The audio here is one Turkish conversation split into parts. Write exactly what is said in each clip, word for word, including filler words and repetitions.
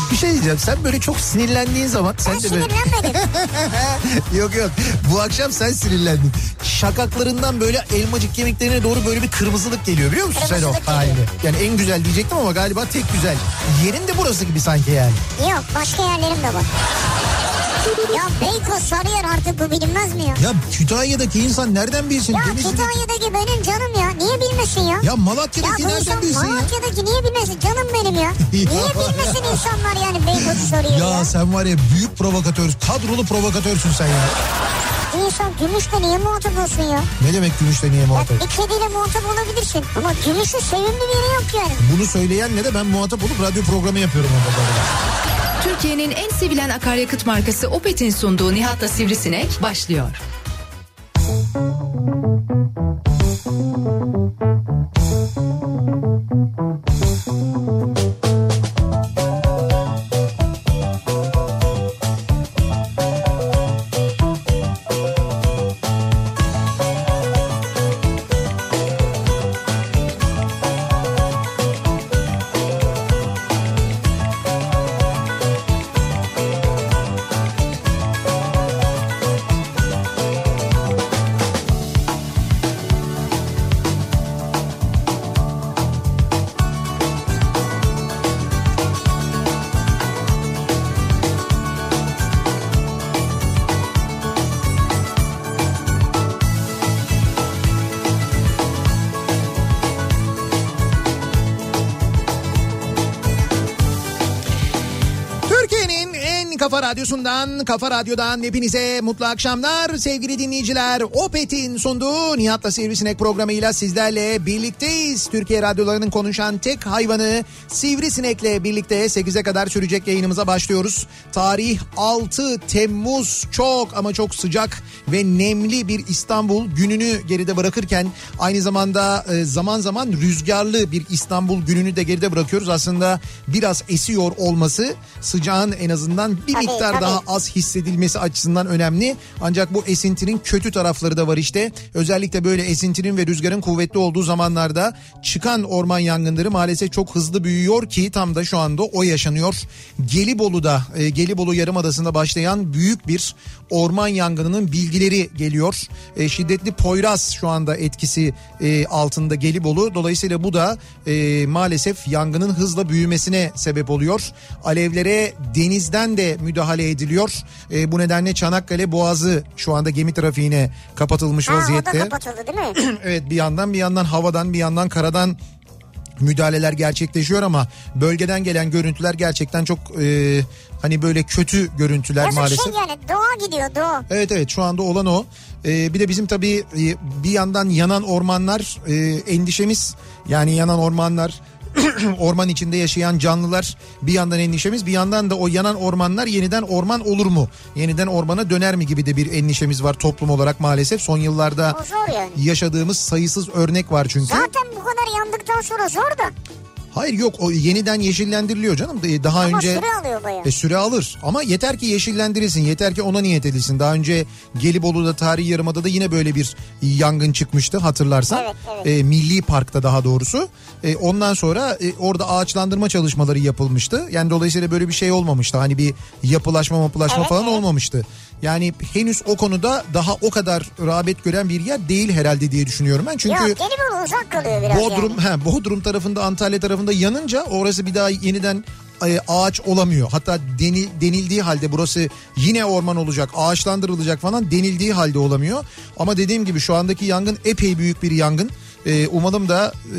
Bir şey diyeceğim, sen böyle çok sinirlendiğin zaman sen Ben de böyle... sinirlenmedim. Yok yok, bu akşam sen sinirlendin. Şakaklarından böyle elmacık kemiklerine doğru böyle bir kırmızılık geliyor, biliyor musun sen o halini? Yani en güzel diyecektim ama galiba tek güzel. Yerin de burası gibi sanki yani. Yok, başka yerlerim de var. Ya Beykoz, Sarıyer, artık bu bilinmez mi ya? Ya Kütahya'daki insan nereden bilsin? Ya Denizli'deki... Kütahya'daki benim canım ya. Niye bilmesin ya? Ya Malatya'daki ya nereden bilsin ya? Malatya'daki niye bilmesin? Canım benim ya. Niye bilmesin insanlar yani Beykoz'u soruyor ya? Ya sen var ya büyük provokatör, kadrolu provokatörsün sen ya. İnsan gümüşle niye muhatap olsun ya? Ne demek gümüşle niye muhatap? Ya bir kediyle muhatap olabilirsin. Ama gümüşün sevimli bir yeri yok yani. Bunu söyleyen ne de ben muhatap olup radyo programı yapıyorum orada. Türkiye'nin en sevilen akaryakıt markası Opet'in sunduğu Nihat'la Sivrisinek başlıyor. Kafa Radyosu'ndan, Kafa Radyo'dan hepinize mutlu akşamlar sevgili dinleyiciler. Opet'in sunduğu Nihat'la Sivrisinek programıyla sizlerle birlikteyiz. Türkiye radyolarının konuşan tek hayvanı Sivrisinek'le birlikte sekize kadar sürecek yayınımıza başlıyoruz. Tarih altı Temmuz, çok ama çok sıcak ve nemli bir İstanbul gününü geride bırakırken aynı zamanda zaman zaman rüzgarlı bir İstanbul gününü de geride bırakıyoruz. Aslında biraz esiyor olması sıcağın en azından bir tabii, miktar tabii. daha az hissedilmesi açısından önemli. Ancak bu esintinin kötü tarafları da var işte. Özellikle böyle esintinin ve rüzgarın kuvvetli olduğu zamanlarda çıkan orman yangınları maalesef çok hızlı büyüyor ki tam da şu anda o yaşanıyor. Gelibolu'da, e, Gelibolu Yarımadası'nda başlayan büyük bir orman yangınının bilgileri geliyor. E, şiddetli Poyraz şu anda etkisi e, altında Gelibolu. Dolayısıyla bu da e, maalesef yangının hızla büyümesine sebep oluyor. Alevlere denizden de müdahale ediliyor. E, bu nedenle Çanakkale Boğazı şu anda gemi trafiğine kapatılmış ha, vaziyette. O da kapatıldı değil mi? Evet, bir yandan bir yandan havadan bir yandan karadan müdahaleler gerçekleşiyor ama bölgeden gelen görüntüler gerçekten çok e, hani böyle kötü görüntüler Yazık maalesef. şey yani, doğa gidiyor, doğa. Evet evet, şu anda olan o. Ee, bir de bizim tabii e, bir yandan yanan ormanlar e, endişemiz, yani yanan ormanlar orman içinde yaşayan canlılar bir yandan endişemiz, bir yandan da o yanan ormanlar yeniden orman olur mu? Yeniden ormana döner mi gibi de bir endişemiz var toplum olarak maalesef. Son yıllarda yani. yaşadığımız sayısız örnek var çünkü. Zaten bu kadar yandıktan sonra zor da. Hayır yok, o yeniden yeşillendiriliyor canım. Daha ama önce süre alıyor bayağı. E, süre alır ama yeter ki yeşillendirilsin, yeter ki ona niyet edilsin. Daha önce Gelibolu'da, Tarihi Yarımada'da yine böyle bir yangın çıkmıştı hatırlarsan. Evet, evet. E, Milli Park'ta daha doğrusu. E, ondan sonra e, orada ağaçlandırma çalışmaları yapılmıştı. Yani dolayısıyla böyle bir şey olmamıştı. Hani bir yapılaşma mapılaşma evet, falan evet. olmamıştı. Yani henüz o konuda daha o kadar rağbet gören bir yer değil herhalde diye düşünüyorum ben. Çünkü yok, Gelibolu uzak kalıyor biraz Bodrum, yani. he, Bodrum tarafında, Antalya tarafında yanınca orası bir daha yeniden e, ağaç olamıyor. Hatta denil, denildiği halde burası yine orman olacak, ağaçlandırılacak falan denildiği halde olamıyor. Ama dediğim gibi şu andaki yangın epey büyük bir yangın. Ee, umalım da e,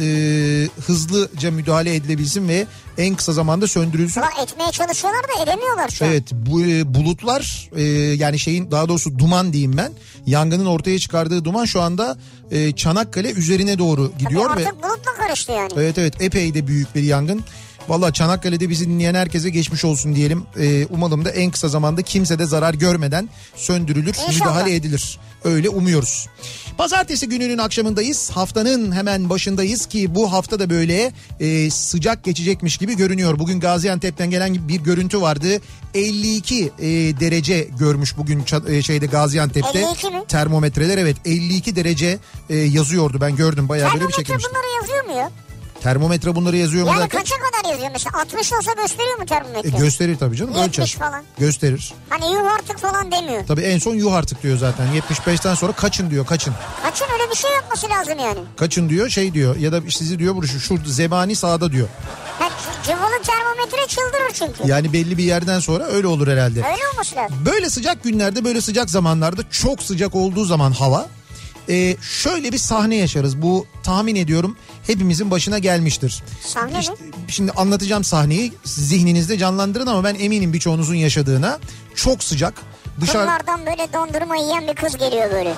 hızlıca müdahale edilebilsin ve en kısa zamanda söndürülsün. Ama etmeye çalışıyorlar da edemiyorlar şu an. Evet, bu e, bulutlar e, yani şeyin, daha doğrusu duman diyeyim ben. Yangının ortaya çıkardığı duman şu anda e, Çanakkale üzerine doğru gidiyor. Tabii ve artık bulutla karıştı yani. Evet evet, epey de büyük bir yangın. Valla Çanakkale'de bizi dinleyen herkese geçmiş olsun diyelim. Ee, umalım da en kısa zamanda kimse de zarar görmeden söndürülür, İnşallah. müdahale edilir. Öyle umuyoruz. Pazartesi gününün akşamındayız. Haftanın hemen başındayız ki bu hafta da böyle e, sıcak geçecekmiş gibi görünüyor. Bugün Gaziantep'ten gelen bir görüntü vardı. elli iki e, derece görmüş bugün e, şeyde Gaziantep'te. elli iki mi? Termometreler, evet elli iki derece e, yazıyordu, ben gördüm bayağı böyle bir çekilmişti. Termometre bunları yazıyor mu ya? Termometre bunları yazıyor mu Yani derken? kaça kadar yazıyor mesela? altmış olsa gösteriyor mu termometre? E, gösterir tabii canım. yetmiş Ölçer. falan. Gösterir. Hani yuh artık falan demiyor. Tabii en son yuh artık diyor zaten. yetmiş beşten sonra kaçın diyor, kaçın. Kaçın, öyle bir şey yapması lazım yani. Kaçın diyor, şey diyor ya da sizi diyor şu, şu zebani sağda diyor. Ha, cıvalı termometre çıldırır çünkü. Yani belli bir yerden sonra öyle olur herhalde. Öyle olması lazım. Böyle sıcak günlerde, böyle sıcak zamanlarda, çok sıcak olduğu zaman hava, e, şöyle bir sahne yaşarız. Bu tahmin ediyorum hepimizin başına gelmiştir. Sahne İşte, mi? şimdi anlatacağım sahneyi, zihninizde canlandırın ama ben eminim birçoğunuzun yaşadığına. Çok sıcak. Dışarı... Kızlardan böyle dondurma yiyen bir kız geliyor böyle.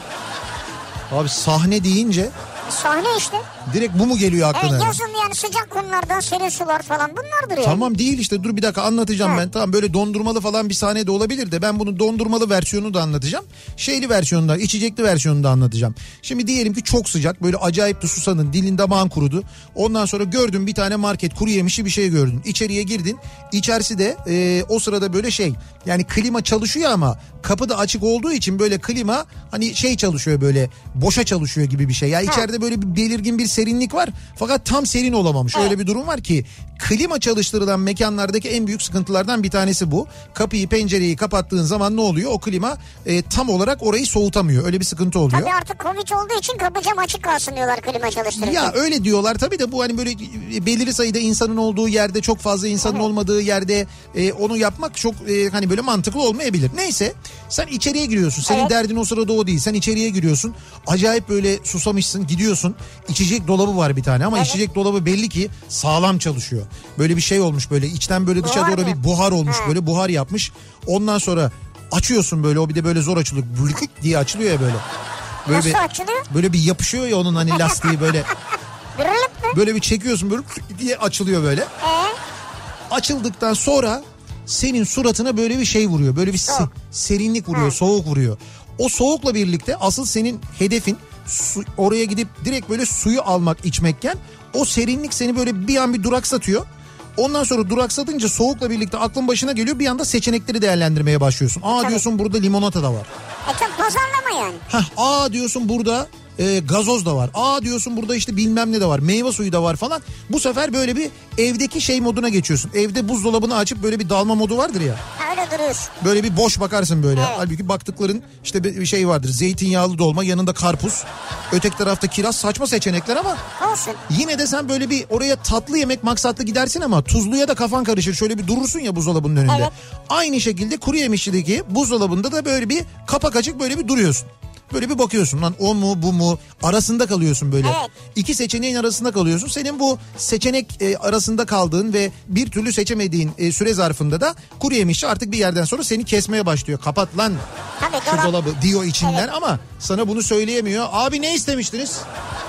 Abi sahne deyince Sahne işte. direkt bu mu geliyor aklına? Evet, yazın yani sıcak konulardan serin sular falan bunlardır yani. Tamam değil işte, dur bir dakika anlatacağım Ha. ben. Tamam, böyle dondurmalı falan bir sahne de olabilir de ben bunu dondurmalı versiyonu da anlatacağım. Şeyli versiyonu da, içecekli versiyonu da anlatacağım. Şimdi diyelim ki çok sıcak, böyle acayip de susadın, dilin damağın kurudu. Ondan sonra gördün bir tane market, kuru yemişi bir şey gördün. İçeriye girdin. İçerisi de e, o sırada böyle şey, yani klima çalışıyor ama kapı da açık olduğu için böyle klima hani şey çalışıyor, böyle boşa çalışıyor gibi bir şey. Ya yani içeride böyle bir belirgin bir serinlik var fakat tam serin olamamış. Evet. Öyle bir durum var ki klima çalıştırılan mekanlardaki en büyük sıkıntılardan bir tanesi bu. Kapıyı, pencereyi kapattığın zaman ne oluyor? O klima e, tam olarak orayı soğutamıyor. Öyle bir sıkıntı oluyor. Tabii artık Covid olduğu için kapı cam açık kalsın diyorlar klima çalıştırırken. Ya öyle diyorlar tabii de bu hani böyle belirli sayıda insanın olduğu yerde, çok fazla insanın evet. olmadığı yerde e, onu yapmak çok e, hani böyle mantıklı olmayabilir. Neyse, sen içeriye giriyorsun. Senin evet. derdin o sırada o değil. Sen içeriye giriyorsun. Acayip böyle susamışsın, gidiyorsun. İçecek dolabı var bir tane ama evet. içecek dolabı belli ki sağlam çalışıyor. Böyle bir şey olmuş, böyle içten böyle dışa buhar doğru mı? Bir buhar olmuş, ha. böyle buhar yapmış. Ondan sonra açıyorsun böyle, o bir de böyle zor açılıyor. Bülük diye açılıyor ya böyle. Böyle Nasıl bir, açılıyor? Böyle bir yapışıyor ya onun hani lastiği böyle. Böyle bir çekiyorsun böyle diye açılıyor böyle. Ee? Açıldıktan sonra senin suratına böyle bir şey vuruyor. Böyle bir se- serinlik vuruyor, ha. soğuk vuruyor. O soğukla birlikte asıl senin hedefin su, oraya gidip direkt böyle suyu almak, içmekken o serinlik seni böyle bir an bir duraksatıyor. Ondan sonra duraksatınca soğukla birlikte aklın başına geliyor, bir anda seçenekleri değerlendirmeye başlıyorsun. Aa Tabii. diyorsun burada limonata da var. E tabii pazarlama yani. Heh, aa diyorsun burada e, gazoz da var. Aa diyorsun burada işte bilmem ne de var. Meyve suyu da var falan. Bu sefer böyle bir evdeki şey moduna geçiyorsun. Evde buzdolabını açıp böyle bir dalma modu vardır ya. Ha, öyle duruyorsun. Böyle bir boş bakarsın böyle. Evet. Halbuki baktıkların işte bir şey vardır. Zeytinyağlı dolma, yanında karpuz. Öteki tarafta kiraz, saçma seçenekler ama. Olsun. Yine de sen böyle bir oraya tatlı yemek maksatlı gidersin ama tuzluya da kafan karışır. Şöyle bir durursun ya buzdolabının önünde. Evet. Aynı şekilde kuru yemişçideki buzdolabında da böyle bir kapak açık böyle bir duruyorsun. Böyle bir bakıyorsun lan, o mu bu mu, arasında kalıyorsun böyle. Evet. İki seçeneğin arasında kalıyorsun. Senin bu seçenek e, arasında kaldığın ve bir türlü seçemediğin e, süre zarfında da kuru yemişçi artık bir yerden sonra seni kesmeye başlıyor. Kapat lan Tabii, şu dolap. dolabı diyor içinden, evet. ama sana bunu söyleyemiyor. Abi ne istemiştiniz?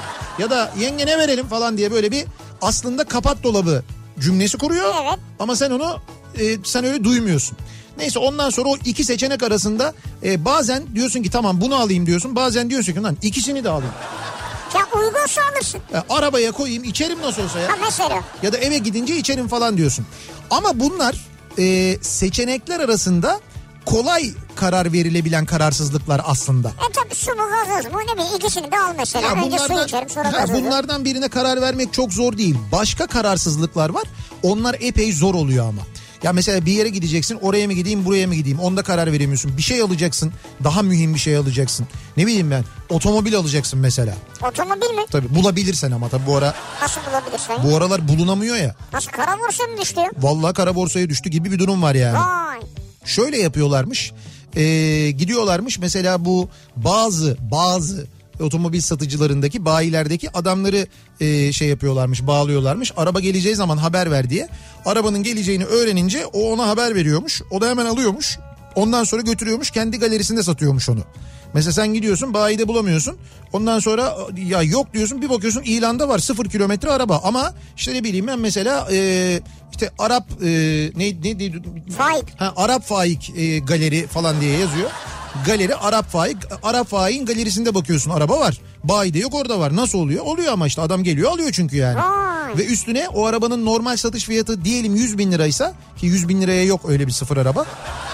Ya da yenge ne verelim falan diye böyle bir aslında kapat dolabı cümlesi kuruyor. Evet. Ama sen onu e, sen öyle duymuyorsun. Neyse, ondan sonra o iki seçenek arasında e, bazen diyorsun ki tamam bunu alayım diyorsun. Bazen diyorsun ki lan ikisini de alayım. Ya uygunsa alırsın. Ya, arabaya koyayım içerim nasıl olsa ya. Ha mesela. Ya da eve gidince içerim falan diyorsun. Ama bunlar e, seçenekler arasında kolay karar verilebilen kararsızlıklar aslında. E tabii su mu gazoz mu, ne bileyim, ikisini de al mesela. Ya Önce su içerim sonra gazozu. Bunlardan birine karar vermek çok zor değil. Başka kararsızlıklar var. Onlar epey zor oluyor ama. Ya mesela bir yere gideceksin, oraya mı gideyim buraya mı gideyim, onda karar veremiyorsun. Bir şey alacaksın, daha mühim bir şey alacaksın. Ne bileyim ben, otomobil alacaksın mesela. Otomobil mi? Tabii bulabilirsen ama tabii bu ara. Nasıl bulabilirsin? Bu aralar bulunamıyor ya. Nasıl, kara borsa mı düştü? Vallahi kara borsaya düştü gibi bir durum var yani. Vay. Şöyle yapıyorlarmış, ee, gidiyorlarmış mesela bu bazı bazı otomobil satıcılarındaki, bayilerdeki adamları e, şey yapıyorlarmış, bağlıyorlarmış. Araba geleceği zaman haber ver diye. Arabanın geleceğini öğrenince o ona haber veriyormuş. O da hemen alıyormuş. Ondan sonra götürüyormuş, kendi galerisinde satıyormuş onu. Mesela sen gidiyorsun, bayide bulamıyorsun. Ondan sonra ya yok diyorsun, bir bakıyorsun ilanda var sıfır kilometre araba. Ama işte ne bileyim ben mesela e, işte Arap e, ne ne, ne Faik. Ha, Arap Faik e, galeri falan diye yazıyor. Galeri Arap Faik. Arap Faik'in galerisinde bakıyorsun araba var. Bayide yok, orada var. Nasıl oluyor? Oluyor ama işte adam geliyor alıyor çünkü yani. Vay. Ve üstüne o arabanın normal satış fiyatı diyelim yüz bin liraysa, ki yüz bin liraya yok öyle bir sıfır araba.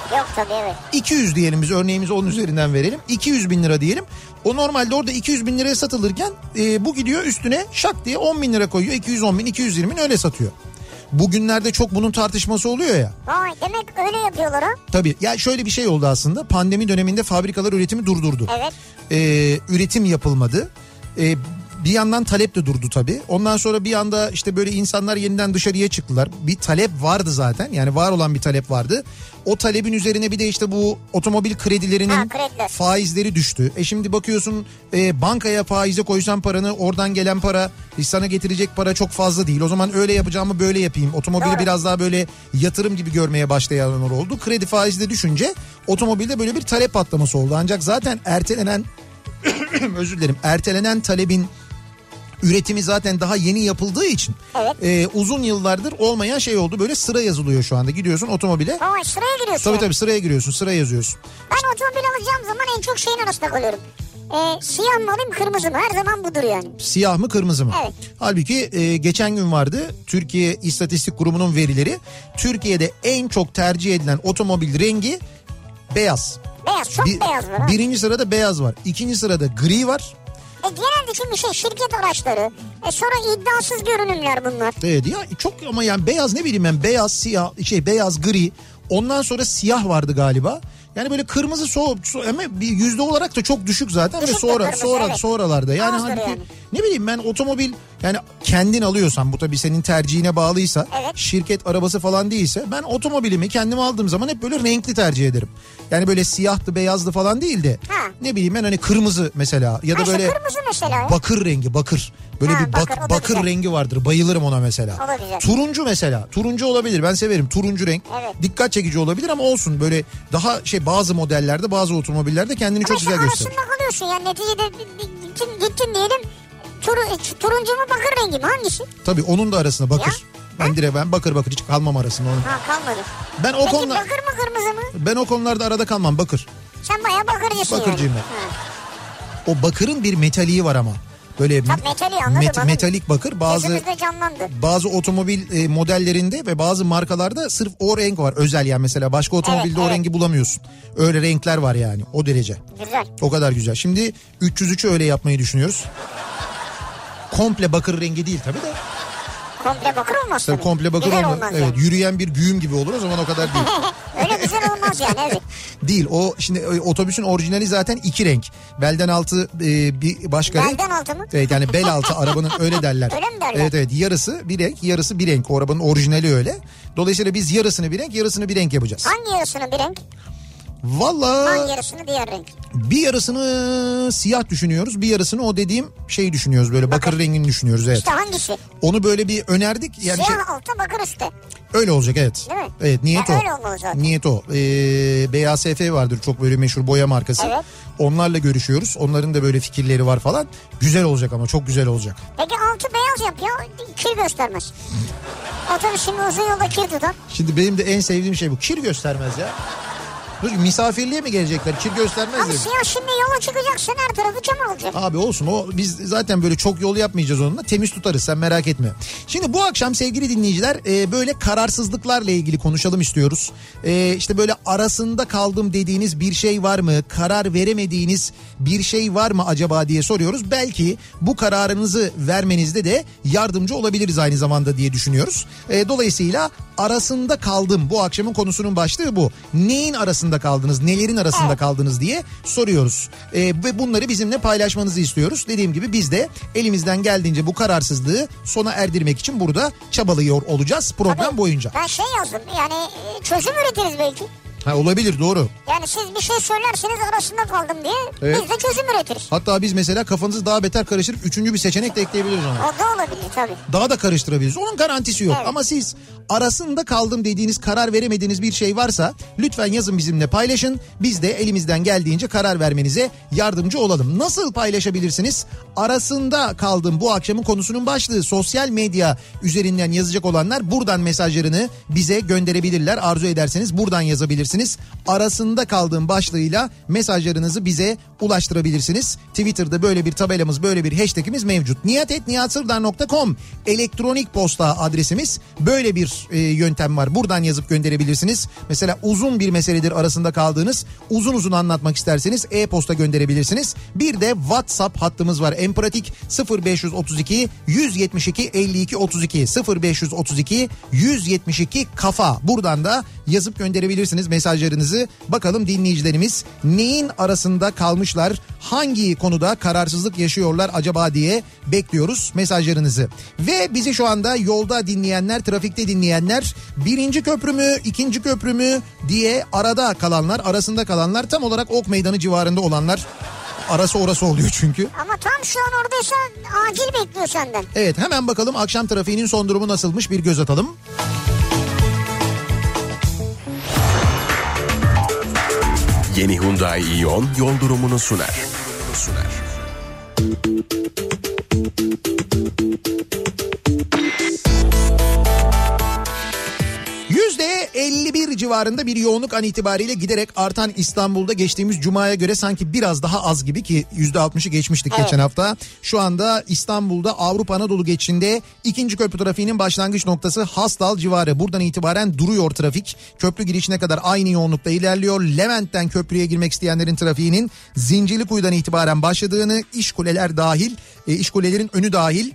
Yok tabii, evet. iki yüz diyelim biz, örneğimizi onun üzerinden verelim. iki yüz bin lira diyelim. O normalde orada iki yüz bin liraya satılırken e, bu gidiyor üstüne şak diye on bin lira koyuyor. iki yüz on bin, iki yüz yirmi bin öyle satıyor. Bugünlerde çok bunun tartışması oluyor ya. Vay, demek öyle yapıyorlar ha. Tabii ya, şöyle bir şey oldu aslında. Pandemi döneminde fabrikalar üretimi durdurdu. Evet. Ee, üretim yapılmadı. Ee, bir yandan talep de durdu tabii. Ondan sonra bir anda işte böyle insanlar yeniden dışarıya çıktılar. Bir talep vardı zaten. Yani var olan bir talep vardı. O talebin üzerine bir de işte bu otomobil kredilerinin ha, faizleri düştü. E şimdi bakıyorsun e, bankaya faize koysan paranı, oradan gelen para sana getirecek para çok fazla değil. O zaman öyle yapacağımı böyle yapayım. Otomobili Doğru. biraz daha böyle yatırım gibi görmeye başlayanlar oldu. Kredi faizi de düşünce otomobilde böyle bir talep patlaması oldu. Ancak zaten ertelenen özür dilerim ertelenen talebin üretimi zaten daha yeni yapıldığı için evet. e, uzun yıllardır olmayan şey oldu. Böyle sıra yazılıyor şu anda. Gidiyorsun otomobile. Vay, sıraya giriyorsun. Tabii tabii sıraya giriyorsun, sıra yazıyorsun. Ben otomobil alacağım zaman en çok şeyin arasında kalıyorum. Ee, siyah mı alayım, kırmızı mı? Her zaman budur yani. Siyah mı kırmızı mı? Evet. Halbuki e, geçen gün vardı Türkiye İstatistik Kurumu'nun verileri. Türkiye'de en çok tercih edilen otomobil rengi beyaz. Beyaz, çok Bir, beyaz var. Ha. Birinci sırada beyaz var. İkinci sırada gri var. E genelde çünkü şey şirket araçları. E sonra iddiasız görünümler bunlar. Evet ya, çok ama yani beyaz, ne bileyim ben, beyaz, siyah, şey beyaz, gri. Ondan sonra siyah vardı galiba. Yani böyle kırmızı so, so ama bir yüzde olarak da çok düşük zaten Düşük ve sonra kırmızı, sonra evet. sonralarda. Yani Azdır halbuki yani. ne bileyim ben, otomobil yani kendin alıyorsan, bu tabii senin tercihine bağlıysa, evet. şirket arabası falan değilse, ben otomobilimi kendim aldığım zaman hep böyle renkli tercih ederim. Yani böyle siyahtı, beyazdı falan değil de ha. ne bileyim ben, hani kırmızı mesela ya da ha, böyle kırmızı mesela. bakır rengi, bakır. Böyle ha, bir bak, bakır, bakır rengi vardır. Bayılırım ona mesela. O da güzel. Turuncu mesela. Turuncu olabilir. Ben severim. Turuncu renk. Evet. Dikkat çekici olabilir ama olsun. Böyle daha şey, bazı modellerde, bazı otomobillerde kendini ama çok güzel gösterir. Ama arasında kalıyorsun yani, neticede gittin, gittin diyelim. Tur, turuncu mu, bakır rengi mi, hangisi? Tabii onun da arasında bakır. Ya? Ben direkt ben bakır bakır hiç kalmam arasında onun. Ha, kalmadı. Ben o Peki konuda, bakır mı, kırmızı mı? ben o konularda arada kalmam, bakır. Sen bayağı bakırcısın Bakırcıyım yani. ben. O bakırın bir metaliği var ama. Böyle Tabii metali anladım, met, anladım. metalik bakır. Bazı Gözümüzde canlandı. bazı otomobil e, modellerinde ve bazı markalarda sırf o renk var. Özel yani, mesela başka otomobilde evet, o evet. rengi bulamıyorsun. Öyle renkler var yani, o derece. Güzel. O kadar güzel. Şimdi üç yüz üçü öyle yapmayı düşünüyoruz. Komple bakır rengi değil tabii de. Komple bakır olmaz Tabii tabii. komple bakır güzel olmaz. olmaz Evet, yani. yürüyen bir güğüm gibi olur, o zaman o kadar değil. Öyle güzel olmaz yani, evet. Değil o, şimdi e, otobüsün orijinali zaten iki renk. Belden altı e, bir başka renk. Belden altı mı? Evet, yani bel altı arabanın öyle derler. Öyle mi derler? Evet evet, yarısı bir renk, yarısı bir renk. O arabanın orijinali öyle. Dolayısıyla biz yarısını bir renk, yarısını bir renk yapacağız. Hangi yarısını bir renk? Vallahi Hangi yarısını diğer renk? bir yarısını siyah düşünüyoruz, bir yarısını o dediğim şeyi düşünüyoruz, böyle bakır, bakır rengini düşünüyoruz, evet. İşte hangisi? Onu böyle bir önerdik. Yani siyah şey, altta, bakır üstte. öyle olacak, evet. Değil mi? Evet, niyet ya o. Öyle olmalı zaten. Niyet o. Ee, B A S F vardır, çok böyle meşhur boya markası. Evet. Onlarla görüşüyoruz. Onların da böyle fikirleri var falan. Güzel olacak ama, çok güzel olacak. Peki altı beyaz yap ya, kir göstermez. Otobüs şimdi uzun yolda kir tutar. Şimdi benim de en sevdiğim şey bu. Kir göstermez ya. Dur, misafirliğe mi gelecekler? Kir göstermez Abi dedi. siyah, şimdi yola çıkacaksın, her tarafı çamur olacak. Abi olsun, o biz zaten böyle çok yol yapmayacağız onunla, temiz tutarız, sen merak etme. Şimdi bu akşam sevgili dinleyiciler e, böyle kararsızlıklarla ilgili konuşalım istiyoruz. E, işte böyle arasında kaldım dediğiniz bir şey var mı? Karar veremediğiniz bir şey var mı acaba diye soruyoruz. Belki bu kararınızı vermenizde de yardımcı olabiliriz aynı zamanda diye düşünüyoruz. E, dolayısıyla arasında kaldım, bu akşamın konusunun başlığı bu. Neyin arasında kaldınız, nelerin arasında evet. kaldınız diye soruyoruz. Ee, ve bunları bizimle paylaşmanızı istiyoruz. Dediğim gibi biz de elimizden geldiğince bu kararsızlığı sona erdirmek için burada çabalıyor olacağız program Tabii, boyunca. Ben şey yazdım yani, çözüm üretiriz belki. Ha, olabilir, doğru. Yani siz bir şey söylersiniz, arasında kaldım diye, Evet. biz de çözüm üretiriz. Hatta biz mesela kafanızı daha beter karıştırıp üçüncü bir seçenek de ekleyebiliriz ona. O da olabilir tabii. Daha da karıştırabiliriz. Onun garantisi yok. Evet. Ama siz arasında kaldım dediğiniz, karar veremediğiniz bir şey varsa lütfen yazın, bizimle paylaşın. Biz de elimizden geldiğince karar vermenize yardımcı olalım. Nasıl paylaşabilirsiniz? Arasında kaldım bu akşamın konusunun başlığı. Sosyal medya üzerinden yazacak olanlar buradan mesajlarını bize gönderebilirler. Arzu ederseniz buradan yazabilirsiniz. Arasında kaldığım başlığıyla mesajlarınızı bize ulaştırabilirsiniz. Twitter'da böyle bir tabelamız, böyle bir hashtagimiz mevcut. nihat et nihat sırdar nokta com elektronik posta adresimiz. Böyle bir e, yöntem var. Buradan yazıp gönderebilirsiniz. Mesela uzun bir meseledir arasında kaldığınız, uzun uzun anlatmak isterseniz e-posta gönderebilirsiniz. Bir de WhatsApp hattımız var. En pratik sıfır beş otuz iki yüz yetmiş iki elli iki otuz iki sıfır beş otuz iki yüz yetmiş iki kafa. Buradan da yazıp gönderebilirsiniz mesajlarınızı. Bakalım dinleyicilerimiz neyin arasında kalmışlar, hangi konuda kararsızlık yaşıyorlar acaba diye bekliyoruz mesajlarınızı. Ve bizi şu anda yolda dinleyenler, trafikte dinleyenler, birinci köprü mü, ikinci köprü mü diye arada kalanlar, arasında kalanlar, tam olarak Ok Meydanı civarında olanlar, arası orası oluyor çünkü. Ama tam şu an oradaysa acil bekliyor senden. Evet, hemen bakalım akşam trafiğinin son durumu nasılmış, bir göz atalım. Yeni Hyundai Ion yol durumunu sunar. sunar. yüzde elli bir civarında bir yoğunluk an itibariyle giderek artan İstanbul'da geçtiğimiz Cuma'ya göre sanki biraz daha az gibi, ki yüzde altmışı geçmiştik evet. geçen hafta. Şu anda İstanbul'da Avrupa Anadolu geçişinde ikinci köprü trafiğinin başlangıç noktası Hastal civarı. Buradan itibaren duruyor trafik. Köprü girişine kadar aynı yoğunlukta ilerliyor. Levent'ten köprüye girmek isteyenlerin trafiğinin Zincirlikuyu'dan itibaren başladığını, İşkuleler dahil, e, İşkulelerin önü dahil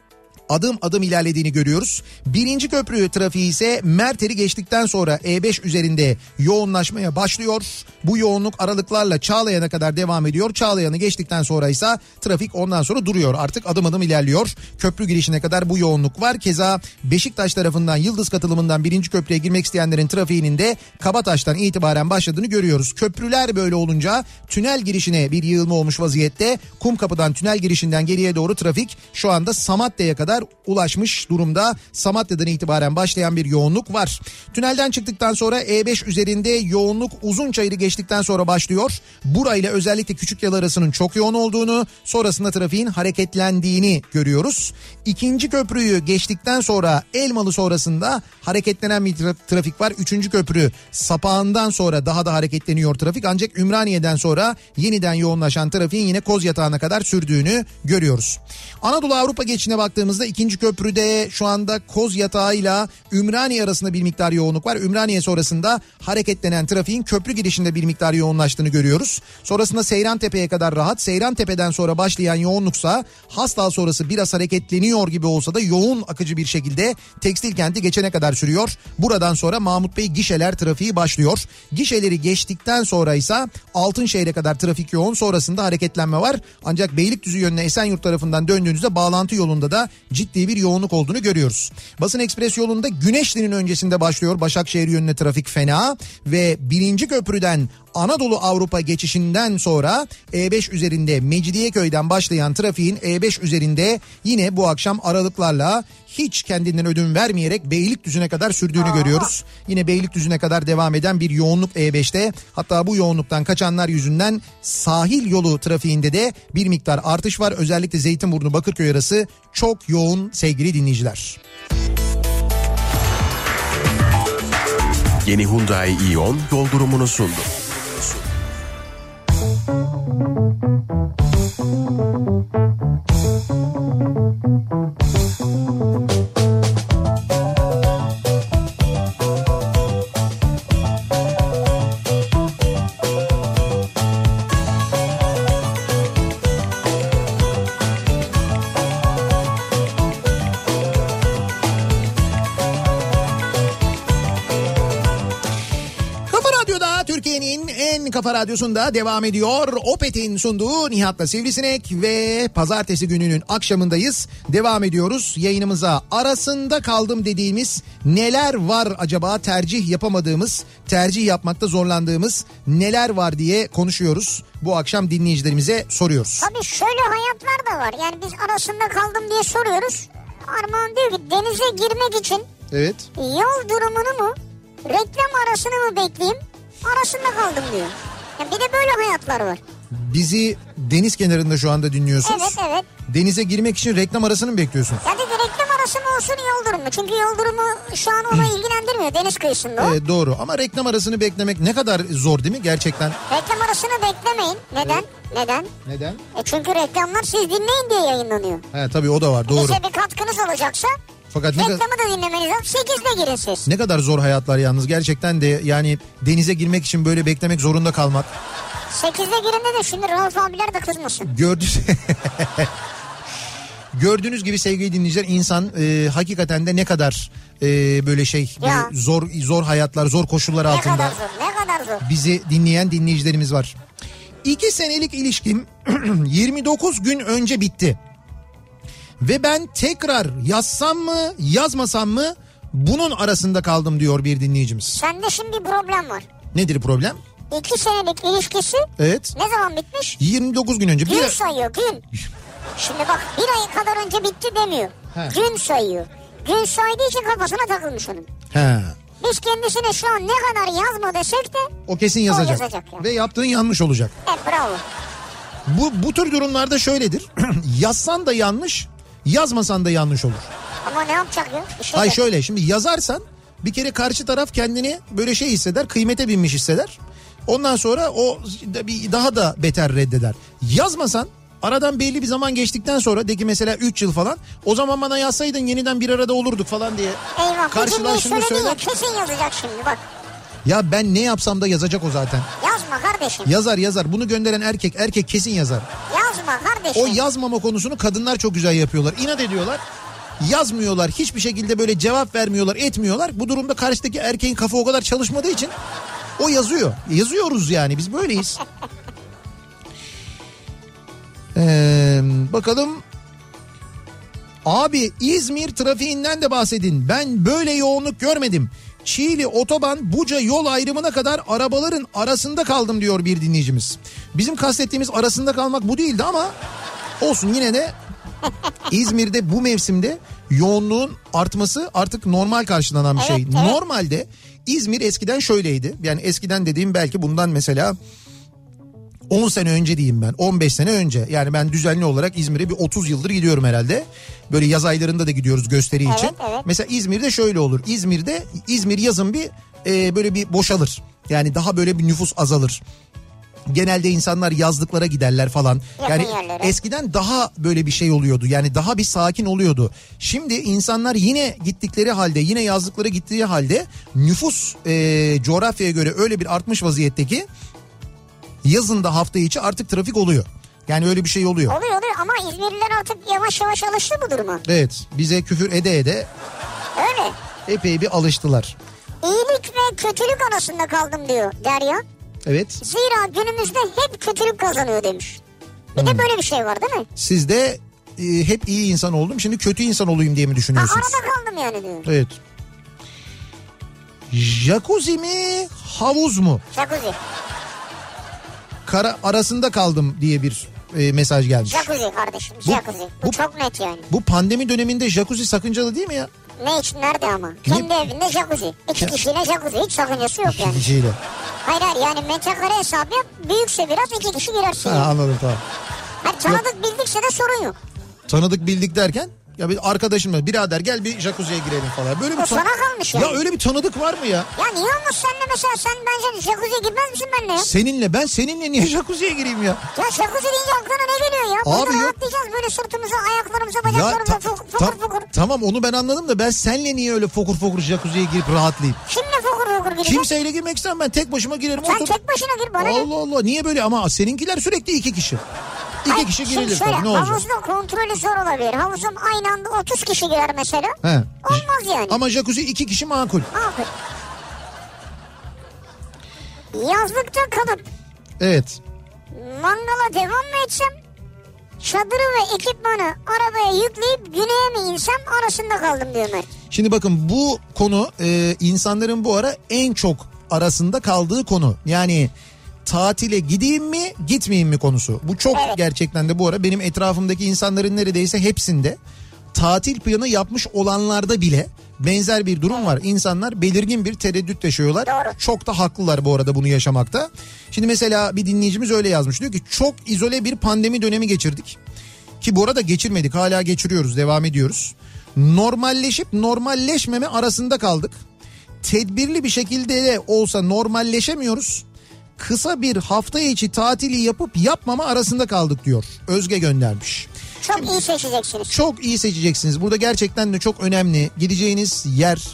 adım adım ilerlediğini görüyoruz. Birinci köprü trafiği ise Merter'i geçtikten sonra E beş üzerinde yoğunlaşmaya başlıyor. Bu yoğunluk aralıklarla Çağlayan'a kadar devam ediyor. Çağlayan'ı geçtikten sonra ise trafik ondan sonra duruyor. Artık adım adım ilerliyor. Köprü girişine kadar bu yoğunluk var. Keza Beşiktaş tarafından, Yıldız katılımından birinci köprüye girmek isteyenlerin trafiğinin de Kabataş'tan itibaren başladığını görüyoruz. Köprüler böyle olunca tünel girişine bir yığılma olmuş vaziyette. Kumkapı'dan tünel girişinden geriye doğru trafik şu anda Samatya'ya kadar ulaşmış durumda. Samatya'dan itibaren başlayan bir yoğunluk var. Tünelden çıktıktan sonra E beş üzerinde yoğunluk Uzunçayır'ı geçtikten sonra başlıyor. Burayla özellikle Küçükyalı arasının çok yoğun olduğunu, sonrasında trafiğin hareketlendiğini görüyoruz. İkinci köprüyü geçtikten sonra Elmalı sonrasında hareketlenen bir trafik var. Üçüncü köprü sapağından sonra daha da hareketleniyor trafik. Ancak Ümraniye'den sonra yeniden yoğunlaşan trafiğin yine Kozyatağı'na kadar sürdüğünü görüyoruz. Anadolu Avrupa geçişine baktığımızda ikinci köprüde şu anda Kozyatağı ile Ümraniye arasında bir miktar yoğunluk var. Ümraniye sonrasında hareketlenen trafiğin köprü girişinde bir miktar yoğunlaştığını görüyoruz. Sonrasında Seyrantepe'ye kadar rahat. Seyrantepe'den sonra başlayan yoğunluksa Hastal sonrası biraz hareketleniyor gibi olsa da yoğun akıcı bir şekilde Tekstil Kenti geçene kadar sürüyor. Buradan sonra Mahmut Bey gişeler trafiği başlıyor. Gişeleri geçtikten sonra ise Altınşehir'e kadar trafik yoğun. Sonrasında hareketlenme var. Ancak Beylikdüzü yönüne Esenyurt tarafından döndüğünüzde bağlantı yolunda da ciddi bir yoğunluk olduğunu görüyoruz. Basın Ekspres yolunda Güneşli'nin öncesinde başlıyor. Başakşehir yönüne trafik fena ve birinci köprüden Anadolu Avrupa geçişinden sonra E beş üzerinde Mecidiyeköy'den başlayan trafiğin E beş üzerinde yine bu akşam aralıklarla hiç kendinden ödün vermeyerek Beylikdüzü'ne kadar sürdüğünü Aa. görüyoruz. Yine Beylikdüzü'ne kadar devam eden bir yoğunluk E beşte. Hatta bu yoğunluktan kaçanlar yüzünden sahil yolu trafiğinde de bir miktar artış var. Özellikle Zeytinburnu Bakırköy arası çok yoğun sevgili dinleyiciler. Yeni Hyundai Ion yol durumunu sundu. Kafa Radyosu'nda devam ediyor. Opet'in sunduğu Nihat'la Sivrisinek ve pazartesi gününün akşamındayız. Devam ediyoruz yayınımıza. Arasında kaldım dediğimiz neler var acaba, tercih yapamadığımız, tercih yapmakta zorlandığımız neler var diye konuşuyoruz. Bu akşam dinleyicilerimize soruyoruz. Tabii şöyle hayatlar da var. Yani biz arasında kaldım diye soruyoruz. Armağan diyor ki denize girmek için evet. yol durumunu mu, reklam arasını mı bekleyeyim? Arasında kaldım diyor. Ya bir de böyle hayatlar var. Bizi deniz kenarında şu anda dinliyorsunuz. Evet evet. Denize girmek için reklam arasını mı bekliyorsunuz? Ya dedi reklam arası mı olsun yol durumu? Çünkü yol durumu şu an onu ilgilendirmiyor. Deniz kıyısında o. Evet doğru ama reklam arasını beklemek ne kadar zor değil mi gerçekten? Reklam arasını beklemeyin. Neden? Neden? Neden? E çünkü reklamlar siz dinleyin diye yayınlanıyor. He tabii o da var doğru. Bize bir katkınız olacaksa Fakat ne, reklamı da dinlemeniz lazım. sekizde girin siz. ne kadar zor hayatlar yalnız gerçekten de yani denize girmek için böyle beklemek zorunda kalmak. sekizde girin de şimdi Rauf abiler de kızmasın. Gördünüz. Gördüğünüz gibi sevgili dinleyiciler insan e, hakikaten de ne kadar e, böyle şey Ya. e, zor zor hayatlar zor koşullar Ne altında kadar zor, ne kadar zor. bizi dinleyen dinleyicilerimiz var. İki senelik ilişkim yirmi dokuz gün önce bitti. Ve ben tekrar yazsam mı yazmasam mı bunun arasında kaldım diyor bir dinleyicimiz. Sende şimdi bir problem var. Nedir problem? İki senelik ilişkisi Evet. ne zaman bitmiş? yirmi dokuz gün önce. Gün Bir... sayıyor gün. Şimdi bak bir ay kadar önce bitti demiyor. He. Gün sayıyor. Gün saydığı için kafasına takılmış onun. He. Biz kendisine şu an ne kadar yazma desek de O kesin yazacak. O yazacak yani. Ve yaptığın yanlış olacak. evet bravo. Bu bu tür durumlarda şöyledir. Yazsan da yanlış, yazmasan da yanlış olur. Ama ne yapacak ya? Bir şey Hayır de- şöyle şimdi yazarsan bir kere karşı taraf kendini böyle şey hisseder, kıymete binmiş hisseder. Ondan sonra o da bir daha da beter reddeder. Yazmasan aradan belli bir zaman geçtikten sonra de ki mesela üç yıl falan o zaman bana yazsaydın yeniden bir arada olurduk falan diye. Eyvah bu cümleyi Karşılaştığını söyledin ya söyler. kesin yazacak şimdi bak. Ya ben ne yapsam da yazacak o zaten. Yazma kardeşim. Yazar yazar bunu gönderen erkek erkek kesin yazar. Yazma kardeşim. O yazmama konusunu kadınlar çok güzel yapıyorlar. İnat ediyorlar. Yazmıyorlar. Hiçbir şekilde böyle cevap vermiyorlar, etmiyorlar. Bu durumda karşıdaki erkeğin kafa o kadar çalışmadığı için o yazıyor. Yazıyoruz yani biz böyleyiz. Ee, bakalım. Abi İzmir trafiğinden de bahsedin. Ben böyle yoğunluk görmedim. Çiğli otoban Buca yol ayrımına kadar arabaların arasında kaldım diyor bir dinleyicimiz. Bizim kastettiğimiz arasında kalmak bu değildi ama olsun yine de İzmir'de bu mevsimde yoğunluğun artması artık normal karşılanan bir Evet, şey. evet. Normalde İzmir eskiden şöyleydi. Yani eskiden dediğim belki bundan mesela on sene önce diyeyim ben. on beş sene önce. Yani ben düzenli olarak İzmir'e bir otuz yıldır gidiyorum herhalde. Böyle yaz aylarında da gidiyoruz gösteri Evet, için. evet. Mesela İzmir'de şöyle olur. İzmir'de İzmir yazın bir e, böyle bir boşalır. Yani daha böyle bir nüfus azalır. Genelde insanlar yazlıklara giderler falan. Yakın Yani yerlere. eskiden daha böyle bir şey oluyordu. Yani daha bir sakin oluyordu. Şimdi insanlar yine gittikleri halde, yine yazlıklara gittiği halde nüfus e, coğrafyaya göre öyle bir artmış vaziyette ki yazın da hafta içi artık trafik oluyor. Yani öyle bir şey oluyor. Oluyor oluyor ama İzmirliler artık yavaş yavaş alıştı bu duruma. Evet, bize küfür ede ede Öyle. epey bir alıştılar. İyilik ve kötülük arasında kaldım diyor Derya. Evet. Zira günümüzde hep kötülük kazanıyor demiş. Bir de böyle bir şey var değil mi? Siz de e, hep iyi insan oldum, şimdi kötü insan olayım diye mi Ha, düşünüyorsunuz? arada kaldım yani diyor. Evet. Jacuzzi mi, havuz mu? Jacuzzi. Kara arasında kaldım diye bir e, mesaj gelmiş. Jacuzzi kardeşim. Bu- Jacuzzi. Bu, bu- çok net yani. Bu pandemi döneminde jacuzzi sakıncalı değil mi ya? Ne için nerede ama? Kendi evinde jacuzzi. İki kişiyle jacuzzi. Hiç sakıncası yok yani. Kişiyle. Hayır hayır yani metrekare hesabı yap. Büyükse biraz iki kişi girersin. Ha, yani. anladım tamam. Hayır, tanıdık bildikse de sorun yok. Tanıdık bildik derken ya bir arkadaşımla birader gel bir jacuzziye girelim falan. Böyle bir O sana kalmış yani. Ya öyle bir tanıdık var mı ya? Ya niye olmaz senle mesela sen bence jacuzziye girmez misin benimle ya? Seninle ben seninle niye jacuzziye gireyim ya? Ya jacuzzi deyince aklına ne geliyor ya? Abi Burada yok. rahatlayacağız böyle sırtımıza, ayaklarımıza, Ya bacaklarımıza ta- fokur ta- fokur. fokur. tamam onu ben anladım da ben senle niye öyle fokur fokur jacuzziye girip rahatlayayım? Kimle fokur fokur gireceğim? Kimseyle girmek istemem, ben tek başıma girerim. Sen otur- tek başına gir bana ne? Allah Allah niye böyle ama seninkiler sürekli iki kişi. İki Hayır, kişi şimdi girilir şöyle, tabii ne olacak? havuzda kontrolü zor olabilir. Havuzun aynı anda otuz kişi girer mesela. He. Olmaz yani. Ama jacuzzi iki kişi makul. Abi. Yazlıkta kalıp Evet. mangala devam mı etsem? Çadırı ve ekipmanı arabaya yükleyip güneye mi insem arasında kaldım diyor Mert. Şimdi bakın bu konu e, insanların bu ara en çok arasında kaldığı konu. Yani tatile gideyim mi gitmeyeyim mi konusu. Bu çok Evet. gerçekten de bu ara benim etrafımdaki insanların neredeyse hepsinde tatil planı yapmış olanlarda bile benzer bir durum var. İnsanlar belirgin bir tereddüt yaşıyorlar. Doğru. Çok da haklılar bu arada bunu yaşamakta. Şimdi mesela bir dinleyicimiz öyle yazmış. Diyor ki çok izole bir pandemi dönemi geçirdik. Ki bu arada geçirmedik, hala geçiriyoruz, devam ediyoruz. Normalleşip normalleşmeme arasında kaldık. Tedbirli bir şekilde de olsa normalleşemiyoruz. Kısa bir hafta içi tatili yapıp yapmama arasında kaldık diyor. Özge göndermiş. Çok Şimdi, iyi seçeceksiniz. Çok iyi seçeceksiniz. Burada gerçekten de çok önemli. Gideceğiniz yer,